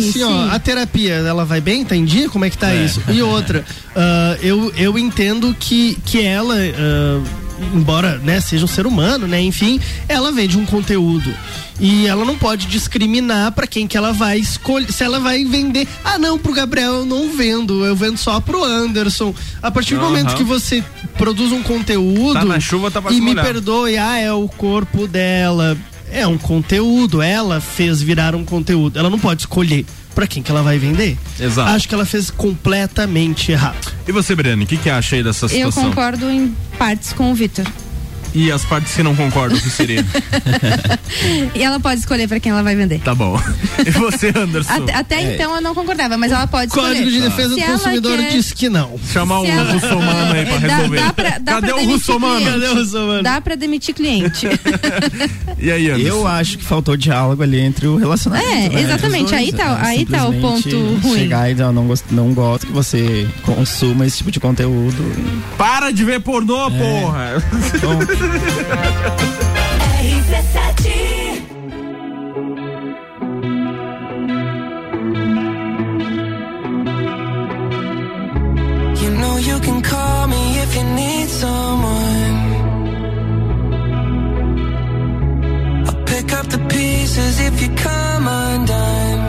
ó, a terapia, ela vai bem, tá em dia? Como é que tá isso? E outra, eu entendo que ela, embora, né, seja um ser humano, né, enfim, ela vende um conteúdo e ela não pode discriminar pra quem que ela vai escolher, se ela vai vender, não, pro Gabriel eu não vendo, eu vendo só pro Anderson. A partir do momento que você produz um conteúdo tá na chuva, tá pra e se me molhar. perdoe, é o corpo dela, É um conteúdo, ela fez virar um conteúdo. Ela não pode escolher pra quem que ela vai vender. Exato. Acho que ela fez completamente errado. E você, Briane, o que acha aí dessa situação? Eu concordo em partes com o Vitor. E as partes que não concordam, o que seria? E ela pode escolher pra quem ela vai vender. Tá bom. E você, Anderson? Até então eu não concordava, mas ela pode escolher. Código de Defesa do Consumidor disse que não. Chamar o Russomano aí pra resolver. Cadê o Russomano? Dá pra demitir cliente. E aí, Anderson? Eu acho que faltou diálogo ali entre o relacionamento. Né? Exatamente. Aí tá o ponto ruim. Chegar e não gosto que você consuma esse tipo de conteúdo. Para de ver pornô, porra! You know you can call me if you need someone. I'll pick up the pieces if you come undone.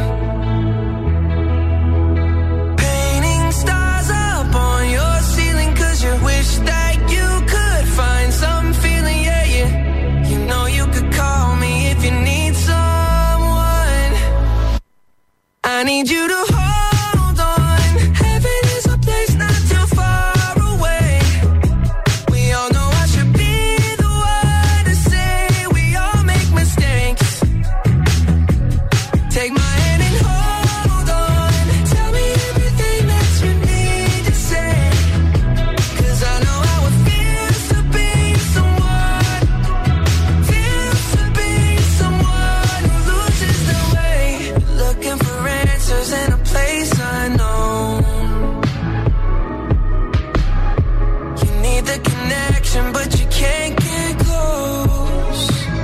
Painting stars up on your ceiling 'cause you wish that you could find some feeling, yeah. You know you could call me if you need someone. I need you to hold on. Heaven is a place not too far away. We all know I should be the one to say we all make mistakes. Take my hand and hold on. Tell me everything that you need to say. 'Cause I know how it feels to be someone. Feels to be someone who loses their way. Looking for answers in a place unknown. You need the connection, but you can't get close.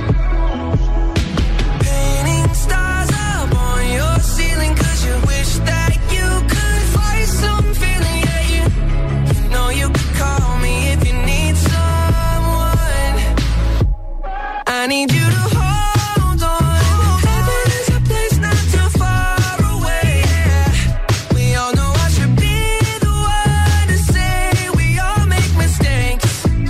Painting stars up on your ceiling 'cause you wish that you could find some feeling, yeah. You know you could call me if you need someone. I need you to hold on. Heaven is a place not too far away, yeah. We all know I should be the one to say we all make mistakes.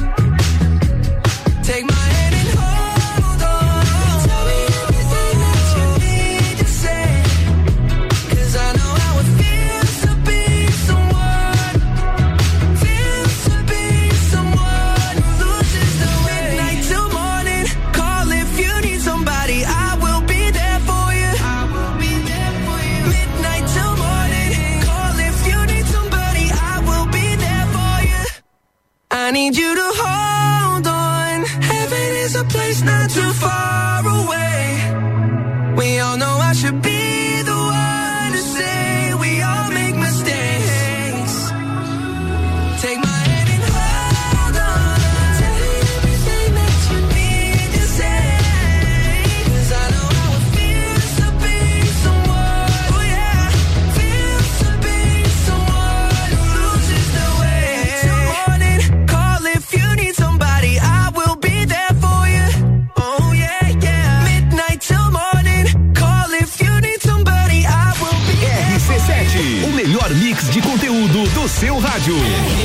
Take my hand and hold on. Tell me everything that you need to say. 'Cause I know how it feels to be someone. Feels to be someone who loses their way. Midnight till morning, call if you need somebody. I will be there for you. I will be there for you. Midnight till morning, call if you need somebody. I will be there for you. I need you to hold on. Heaven is a place not too far away. We all know I should be the one to say we all make mistakes. Take my hand and hold on. Tell me everything that you need to say. 'Cause I know how it feels to be someone. Oh yeah, feels to be someone who loses their way. Till morning, call if you need somebody. I will be there for you. Oh yeah, yeah. Midnight till morning, call if you need somebody. I will be there for RC7, you. o melhor mix de conteúdo do seu rádio.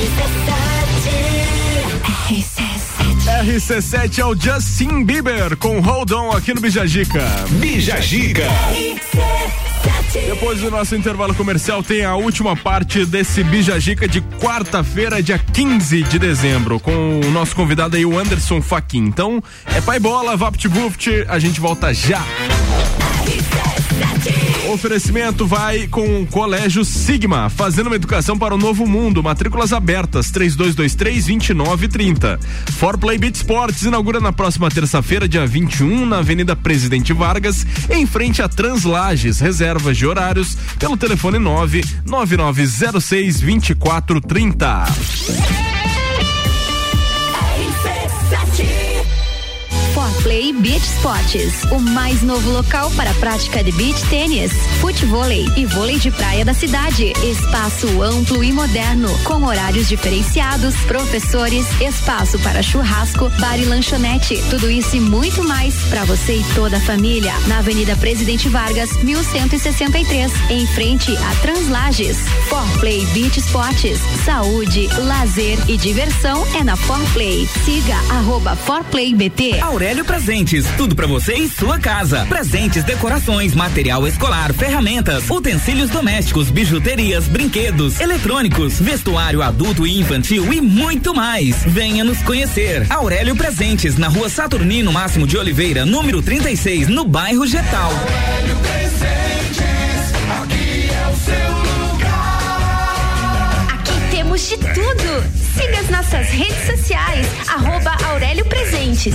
RC7 é o Justin Bieber com Hold On aqui no Bijagica. Bijagica. Depois do nosso intervalo comercial tem a última parte desse Bijagica de quarta-feira, dia 15 de dezembro, com o nosso convidado aí, o Anderson Fachin. Então, é pai bola, VaptVupt, a gente volta já. O oferecimento vai com o Colégio Sigma, fazendo uma educação para o novo mundo. Matrículas abertas, 3223-2930. Forplay Beach Sports inaugura na próxima terça-feira, dia 21, na Avenida Presidente Vargas, em frente a Translages. Reservas de horários pelo telefone 99906-2430. Forplay Beach Sports, o mais novo local para a prática de beach tênis, futevôlei e vôlei de praia da cidade. Espaço amplo e moderno, com horários diferenciados, professores, espaço para churrasco, bar e lanchonete. Tudo isso e muito mais para você e toda a família. Na Avenida Presidente Vargas, 1163, em frente a Translages. Forplay Beach Sports, saúde, lazer e diversão é na Forplay. Siga @ForplayBT. Aurélio Presentes, tudo pra você em sua casa. Presentes, decorações, material escolar, ferramentas, utensílios domésticos, bijuterias, brinquedos, eletrônicos, vestuário adulto e infantil e muito mais. Venha nos conhecer. Aurélio Presentes, na Rua Saturnino Máximo de Oliveira, número 36, no bairro Getal. Aurélio Presentes, aqui é o seu lugar. Aqui temos de tudo. Siga as nossas redes sociais, @Aurélio Presentes.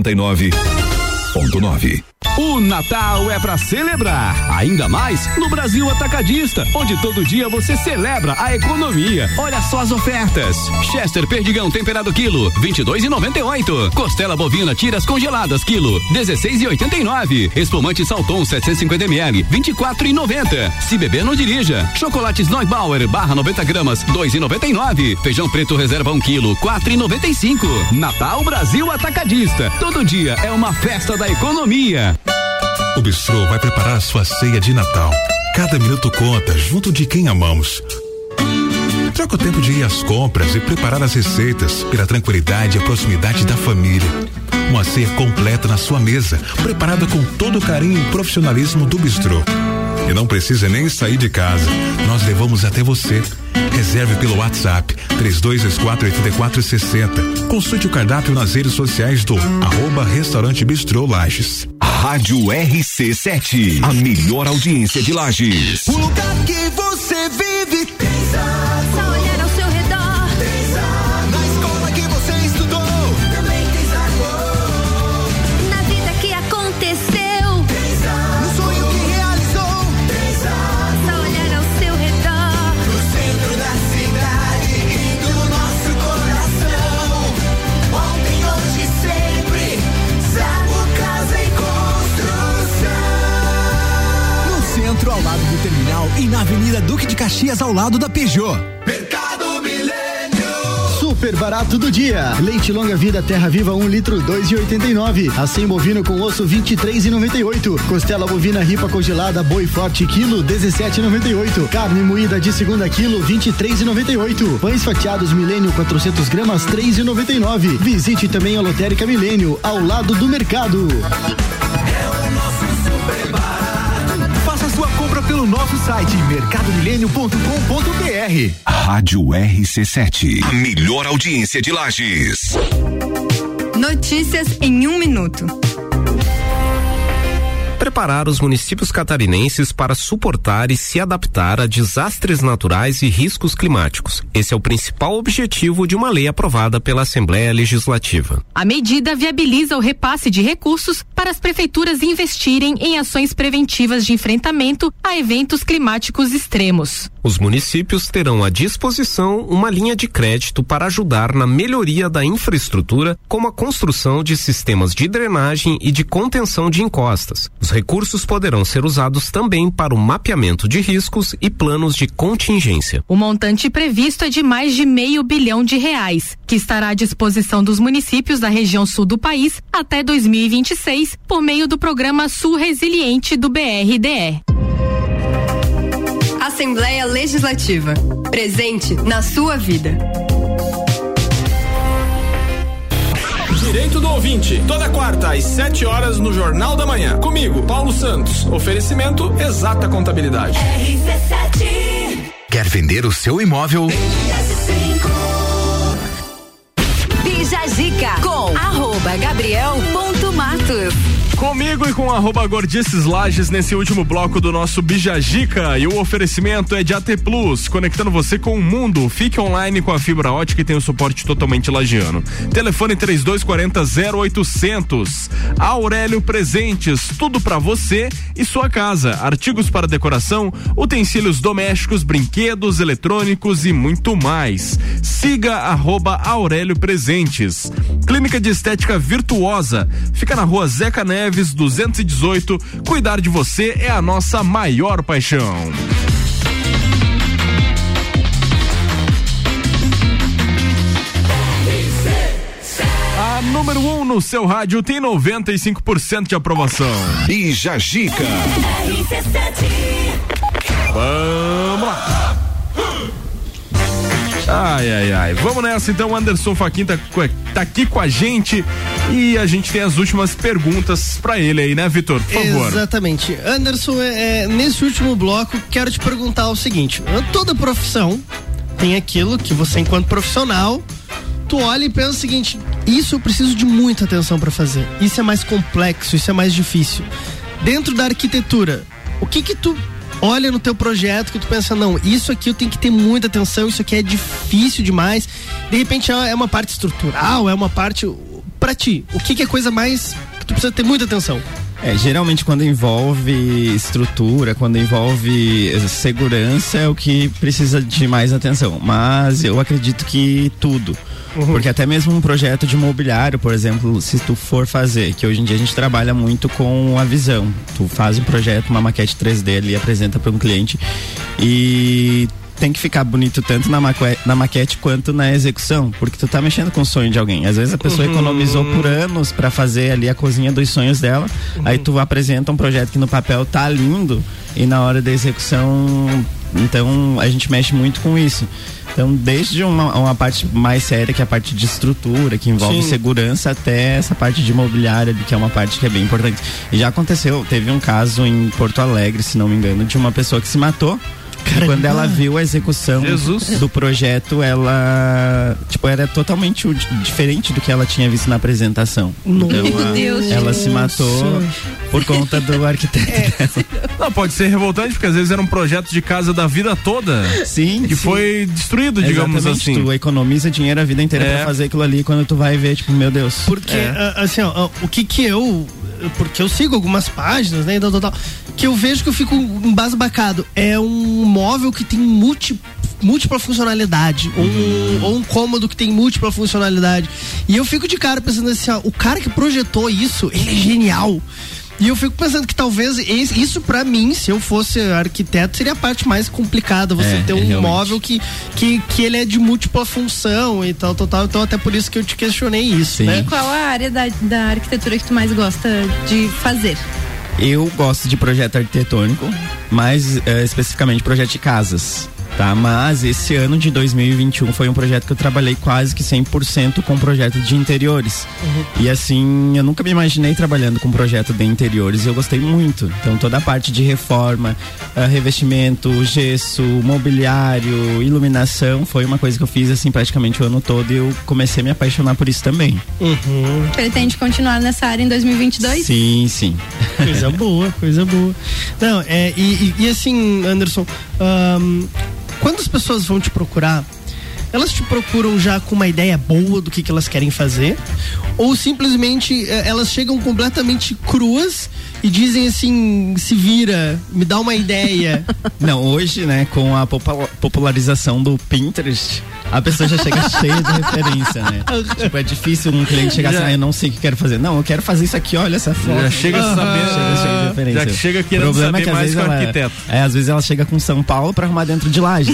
89.9. O Natal é pra celebrar, ainda mais no Brasil Atacadista, onde todo dia você celebra a economia. Olha só as ofertas: Chester Perdigão temperado quilo, 22,98. Costela bovina tiras congeladas quilo, 16,89. Espumante Salton 750 ml, 24,90. Se beber não dirija. Chocolates Neubauer barra 90 gramas, 2,99. Feijão preto reserva 1 quilo, 4,95. Natal Brasil Atacadista, todo dia é uma festa da economia. O Bistrô vai preparar a sua ceia de Natal. Cada minuto conta, junto de quem amamos. Troca o tempo de ir às compras e preparar as receitas pela tranquilidade e a proximidade da família. Uma ceia completa na sua mesa, preparada com todo o carinho e profissionalismo do Bistrô. E não precisa nem sair de casa, nós levamos até você. Reserve pelo WhatsApp 3224-8460. Consulte o cardápio nas redes sociais do @Restaurante Bistrô Lages. Rádio RC7, a melhor audiência de Lages. O lugar que você vive. Só olhar ao seu redor. Na escola que você estudou. Também tem sabor. Na vida que aconteceu. No sonho que realizou. Só olhar ao seu redor. No centro da cidade e do nosso coração. Ontem, hoje, sempre. Zago Casa e Construção. No centro, ao lado do terminal, e na Avenida Duque de Caxias, ao lado da Peugeot. Mercado Milênio. Super barato do dia. Leite longa vida Terra Viva 1 litro 2,89. Acém bovino com osso 23,98. Costela bovina ripa congelada boi forte quilo 17,98. Carne moída de segunda quilo 23,98. Pães fatiados Milênio 400 gramas 3,99. Visite também a Lotérica Milênio ao lado do mercado. Faça sua compra pelo nosso site mercadomilênio.com.br. Rádio RC7, a melhor audiência de Lages. Notícias em 1 minuto. Preparar os municípios catarinenses para suportar e se adaptar a desastres naturais e riscos climáticos. Esse é o principal objetivo de uma lei aprovada pela Assembleia Legislativa. A medida viabiliza o repasse de recursos para as prefeituras investirem em ações preventivas de enfrentamento a eventos climáticos extremos. Os municípios terão à disposição uma linha de crédito para ajudar na melhoria da infraestrutura, como a construção de sistemas de drenagem e de contenção de encostas. Os recursos poderão ser usados também para o mapeamento de riscos e planos de contingência. O montante previsto é de mais de R$500 bilhão, que estará à disposição dos municípios da região sul do país até 2026, por meio do Programa Sul Resiliente do BRDE. Assembleia Legislativa. Presente na sua vida. Direito do ouvinte, toda quarta às 7 horas no Jornal da Manhã. Comigo, Paulo Santos. Oferecimento Exata Contabilidade. RC7. Quer vender o seu imóvel? Bija Zica com @Gabriel.Matos. Comigo e com @Gordices Lages nesse último bloco do nosso Bijagica, e o oferecimento é de AT Plus, conectando você com o mundo. Fique online com a fibra ótica e tem o suporte totalmente lagiano. Telefone 3240-0800. Aurélio Presentes, tudo pra você e sua casa. Artigos para decoração, utensílios domésticos, brinquedos, eletrônicos e muito mais. Siga @Aurélio Presentes. Clínica de Estética Virtuosa, fica na Rua Zeca Neves 218. Cuidar de você é a nossa maior paixão. A número 1 no seu rádio tem 95% de aprovação. Bija Zica. Vamos lá. Ai. Vamos nessa então, o Anderson Fachin tá aqui com a gente e a gente tem as últimas perguntas pra ele aí, né, Vitor? Por favor. Exatamente. Anderson, nesse último bloco, quero te perguntar o seguinte: toda profissão tem aquilo que você, enquanto profissional, tu olha e pensa o seguinte: isso eu preciso de muita atenção pra fazer. Isso é mais complexo, isso é mais difícil. Dentro da arquitetura, o que tu olha no teu projeto que tu pensa, não, isso aqui eu tenho que ter muita atenção, isso aqui é difícil demais, de repente é uma parte estrutural, é uma parte, pra ti, o que é coisa mais que tu precisa ter muita atenção? Geralmente quando envolve estrutura, quando envolve segurança, é o que precisa de mais atenção, mas eu acredito que tudo. Porque até mesmo um projeto de mobiliário, por exemplo, se tu for fazer, que hoje em dia a gente trabalha muito com a visão, tu faz um projeto, uma maquete 3D ali, apresenta para um cliente e tem que ficar bonito tanto na maquete quanto na execução, porque tu tá mexendo com o sonho de alguém. Às vezes a pessoa economizou por anos para fazer ali a cozinha dos sonhos dela, aí tu apresenta um projeto que no papel tá lindo e na hora da execução, então a gente mexe muito com isso. Então, desde uma parte mais séria, que é a parte de estrutura, que envolve segurança, até essa parte de imobiliária, que é uma parte que é bem importante. E já aconteceu, teve um caso em Porto Alegre, se não me engano, de uma pessoa que se matou. E quando ela viu a execução do projeto, ela, era totalmente diferente do que ela tinha visto na apresentação. Então, ela se matou por conta do arquiteto dela. Não, pode ser revoltante, porque às vezes era um projeto de casa da vida toda. Sim. Que foi destruído, digamos assim. Tu economiza dinheiro a vida inteira pra fazer aquilo ali, quando tu vai ver, meu Deus. Porque, assim, o que eu... Porque eu sigo algumas páginas, né, que eu vejo que eu fico embasbacado. É um móvel que tem múltipla funcionalidade, ou um cômodo que tem múltipla funcionalidade. E eu fico de cara pensando assim, o cara que projetou isso, ele é genial. E eu fico pensando que talvez isso pra mim, se eu fosse arquiteto, seria a parte mais complicada, você ter um realmente. móvel que ele é de múltipla função e tal, então até por isso que eu te questionei isso, né? E qual a área da arquitetura que tu mais gosta de fazer? Eu gosto de projeto arquitetônico, mais especificamente projeto de casas. Tá, mas esse ano de 2021 foi um projeto que eu trabalhei quase que 100% com projeto de interiores. E assim, eu nunca me imaginei trabalhando com projeto de interiores e eu gostei muito. Então toda a parte de reforma, revestimento, gesso, mobiliário, iluminação, foi uma coisa que eu fiz assim praticamente o ano todo e eu comecei a me apaixonar por isso também. Pretende continuar nessa área em 2022? Sim. Coisa boa. Não, e assim, Anderson, quando as pessoas vão te procurar, elas te procuram já com uma ideia boa do que elas querem fazer? Ou simplesmente elas chegam completamente cruas e dizem assim, se vira, me dá uma ideia? Não, hoje, né, com a popularização do Pinterest, a pessoa já chega cheia de referência, né? É difícil um cliente chegar assim, eu não sei o que quero fazer. Não, eu quero fazer isso aqui, olha essa foto. Já chega sabendo, chega de referência. Já chega querendo saber que, mais que o arquiteto. Às vezes ela chega com São Paulo pra arrumar dentro de Lages.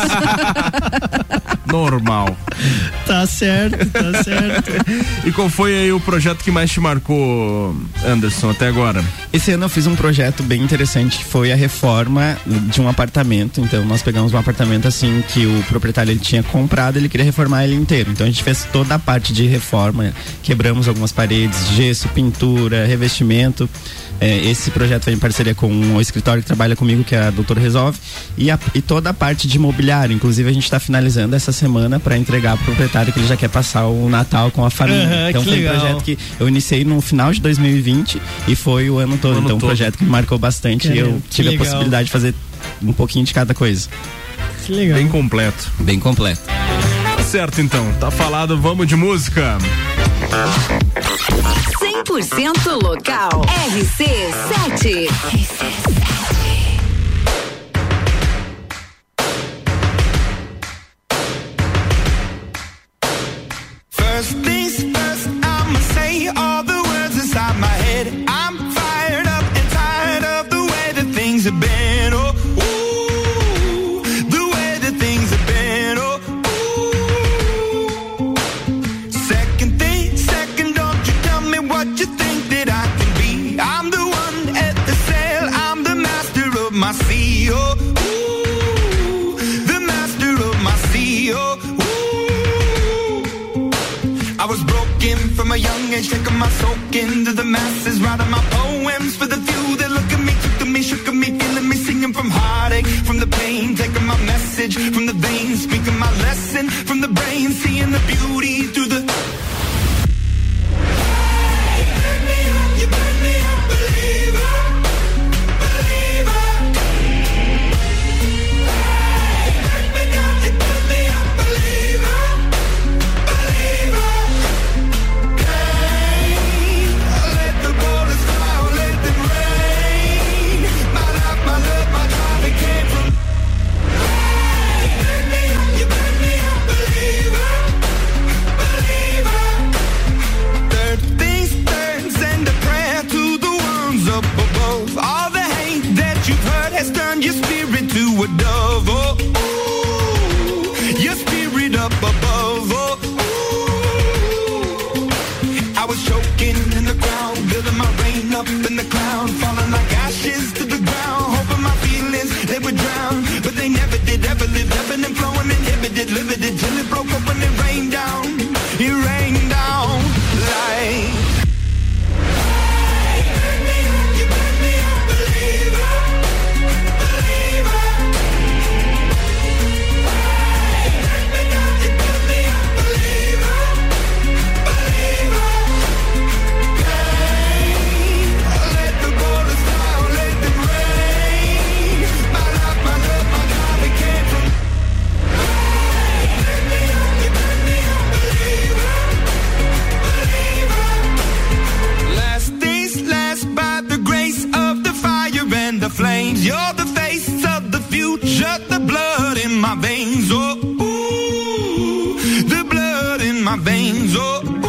Normal. Tá certo. E qual foi aí o projeto que mais te marcou, Anderson, até agora? Esse ano eu fiz um projeto bem interessante, que foi a reforma de um apartamento. Então nós pegamos um apartamento assim que o proprietário ele tinha comprado, ele queria reformar ele inteiro. Então a gente fez toda a parte de reforma, quebramos algumas paredes, gesso, pintura, revestimento. Esse projeto foi em parceria com o escritório que trabalha comigo, que é a Doutor Resolve, e toda a parte de mobiliário. Inclusive a gente está finalizando essa semana para entregar pro proprietário, que ele já quer passar o Natal com a família. Então foi um projeto que eu iniciei no final de 2020 e foi o ano todo. Então um projeto que me marcou bastante e eu tive a possibilidade de fazer um pouquinho de cada coisa. Que legal. Bem completo. Tá certo então, tá falado, vamos de música. 100% local. RC7. First things first, I'ma say all the words inside my head. I'm fired up and tired of the way that things have been. Oh, ooh, the way that things have been. Oh, ooh. Second, don't you tell me what you think that I can be. I'm the one at the sail, I'm the master of my sea. Oh, ooh, the master of my sea. Oh, smoking from a young age, taking my soak into the masses, writing my poems for the few that look at me, took to me, shook at me, feeling me, singing from heartache, from the pain, taking my message from the veins, speaking my lesson from the brain, seeing the beauty through the. You burn me up, believer. Has turned your spirit to a dove, oh, ooh, your spirit up above, oh, ooh. I was choking in the ground, building my rain up in the cloud, falling like ashes to the ground, hoping my feelings, they would drown, but they never did, ever lived, ebbing and flowing, inhibited, limited, till it broke up when it rained down like. Flames, you're the face of the future, the blood in my veins, oh, ooh, the blood in my veins, oh, ooh.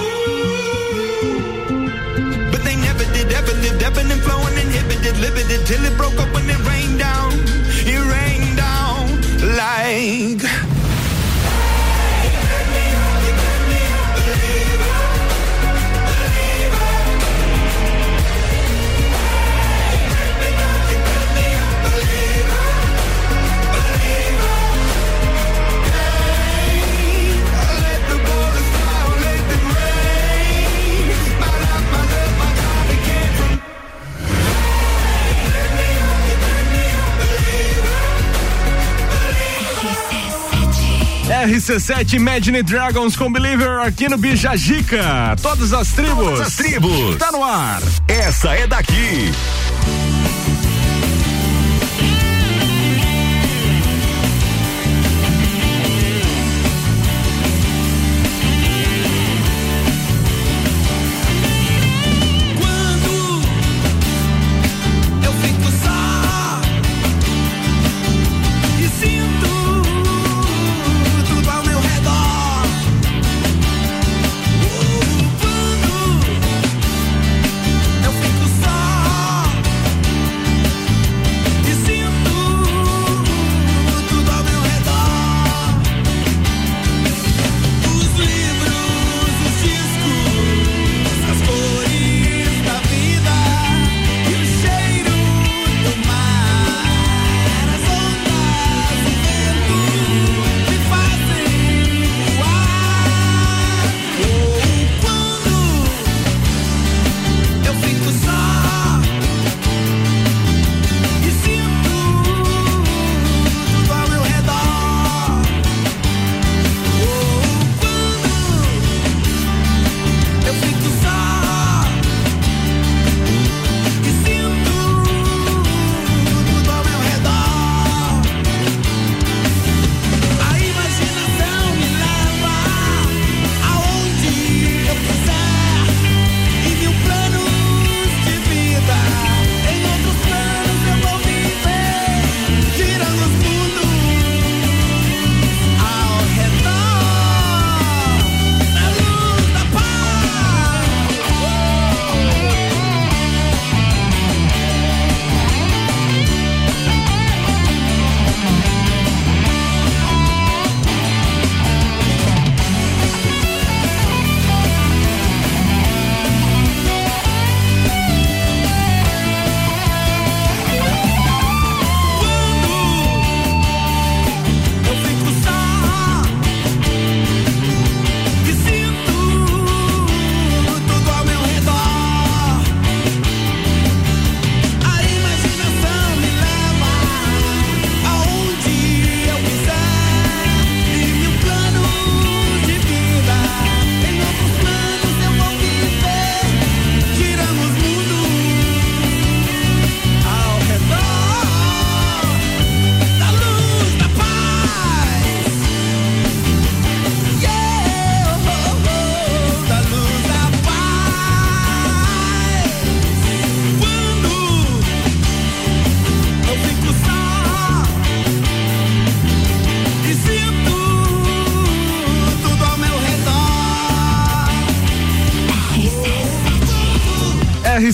But they never did, ever lived, ebbing and flowing, inhibited, limited, till it broke up when it rained down like. RC7 Imagine Dragons com Believer aqui no Bijagica. Todas as tribos. Todas as tribos. Tá no ar. Essa é daqui. Eu fico só.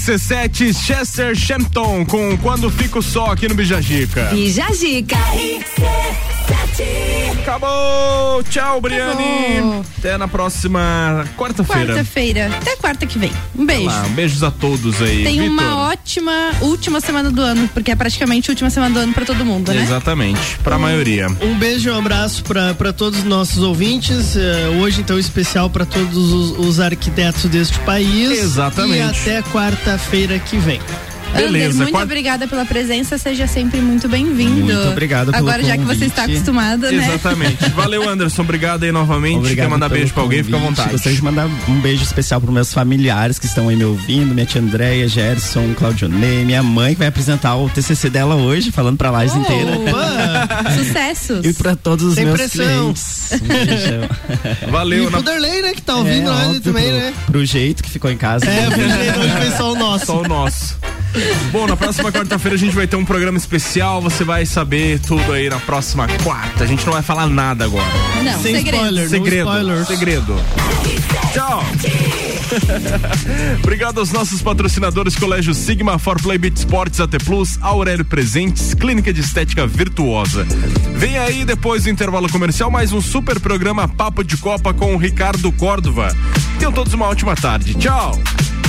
RC7, Chester Champton com Quando Fico Só aqui no Bijagica. Bijagica. Acabou! Tchau, Briane! Até na próxima quarta-feira. Até quarta que vem. Um beijo. Beijos a todos aí. Tem Victor. uma ótima última semana do ano, porque é praticamente a última semana do ano pra todo mundo, né? Exatamente, pra maioria. Um beijo e um abraço pra todos os nossos ouvintes. Hoje, então, especial pra todos os arquitetos deste país. Exatamente. E até quarta-feira que vem. Beleza. Anderson, muito obrigada pela presença, seja sempre muito bem-vindo. Muito obrigado pelo Agora, já que você está acostumada, né? Exatamente. Valeu, Anderson. Obrigado aí novamente. Obrigado. Quer mandar beijo pra alguém? Fica à vontade. Gostaria de mandar um beijo especial para meus familiares que estão aí me ouvindo, minha tia Andréia, Gerson, Claudionei, minha mãe que vai apresentar o TCC dela hoje, falando pra Lages inteira. Sucessos. E pra todos os Sem meus pressão. clientes. Um beijão. Valeu. E pro Derlei, né, que tá ouvindo nós também, né? Pro jeito que ficou em casa. Hoje foi só o nosso. Só o nosso. Bom, na próxima quarta-feira a gente vai ter um programa especial, você vai saber tudo aí na próxima quarta. A gente não vai falar nada agora. Não, sem spoiler, Segredo. Tchau. Obrigado aos nossos patrocinadores: Colégio Sigma, For Play Beat Sports, AT Plus, Aurélio Presentes, Clínica de Estética Virtuosa. Vem aí, depois do intervalo comercial, mais um super programa Papo de Copa com o Ricardo Córdova. Tenham todos uma ótima tarde. Tchau.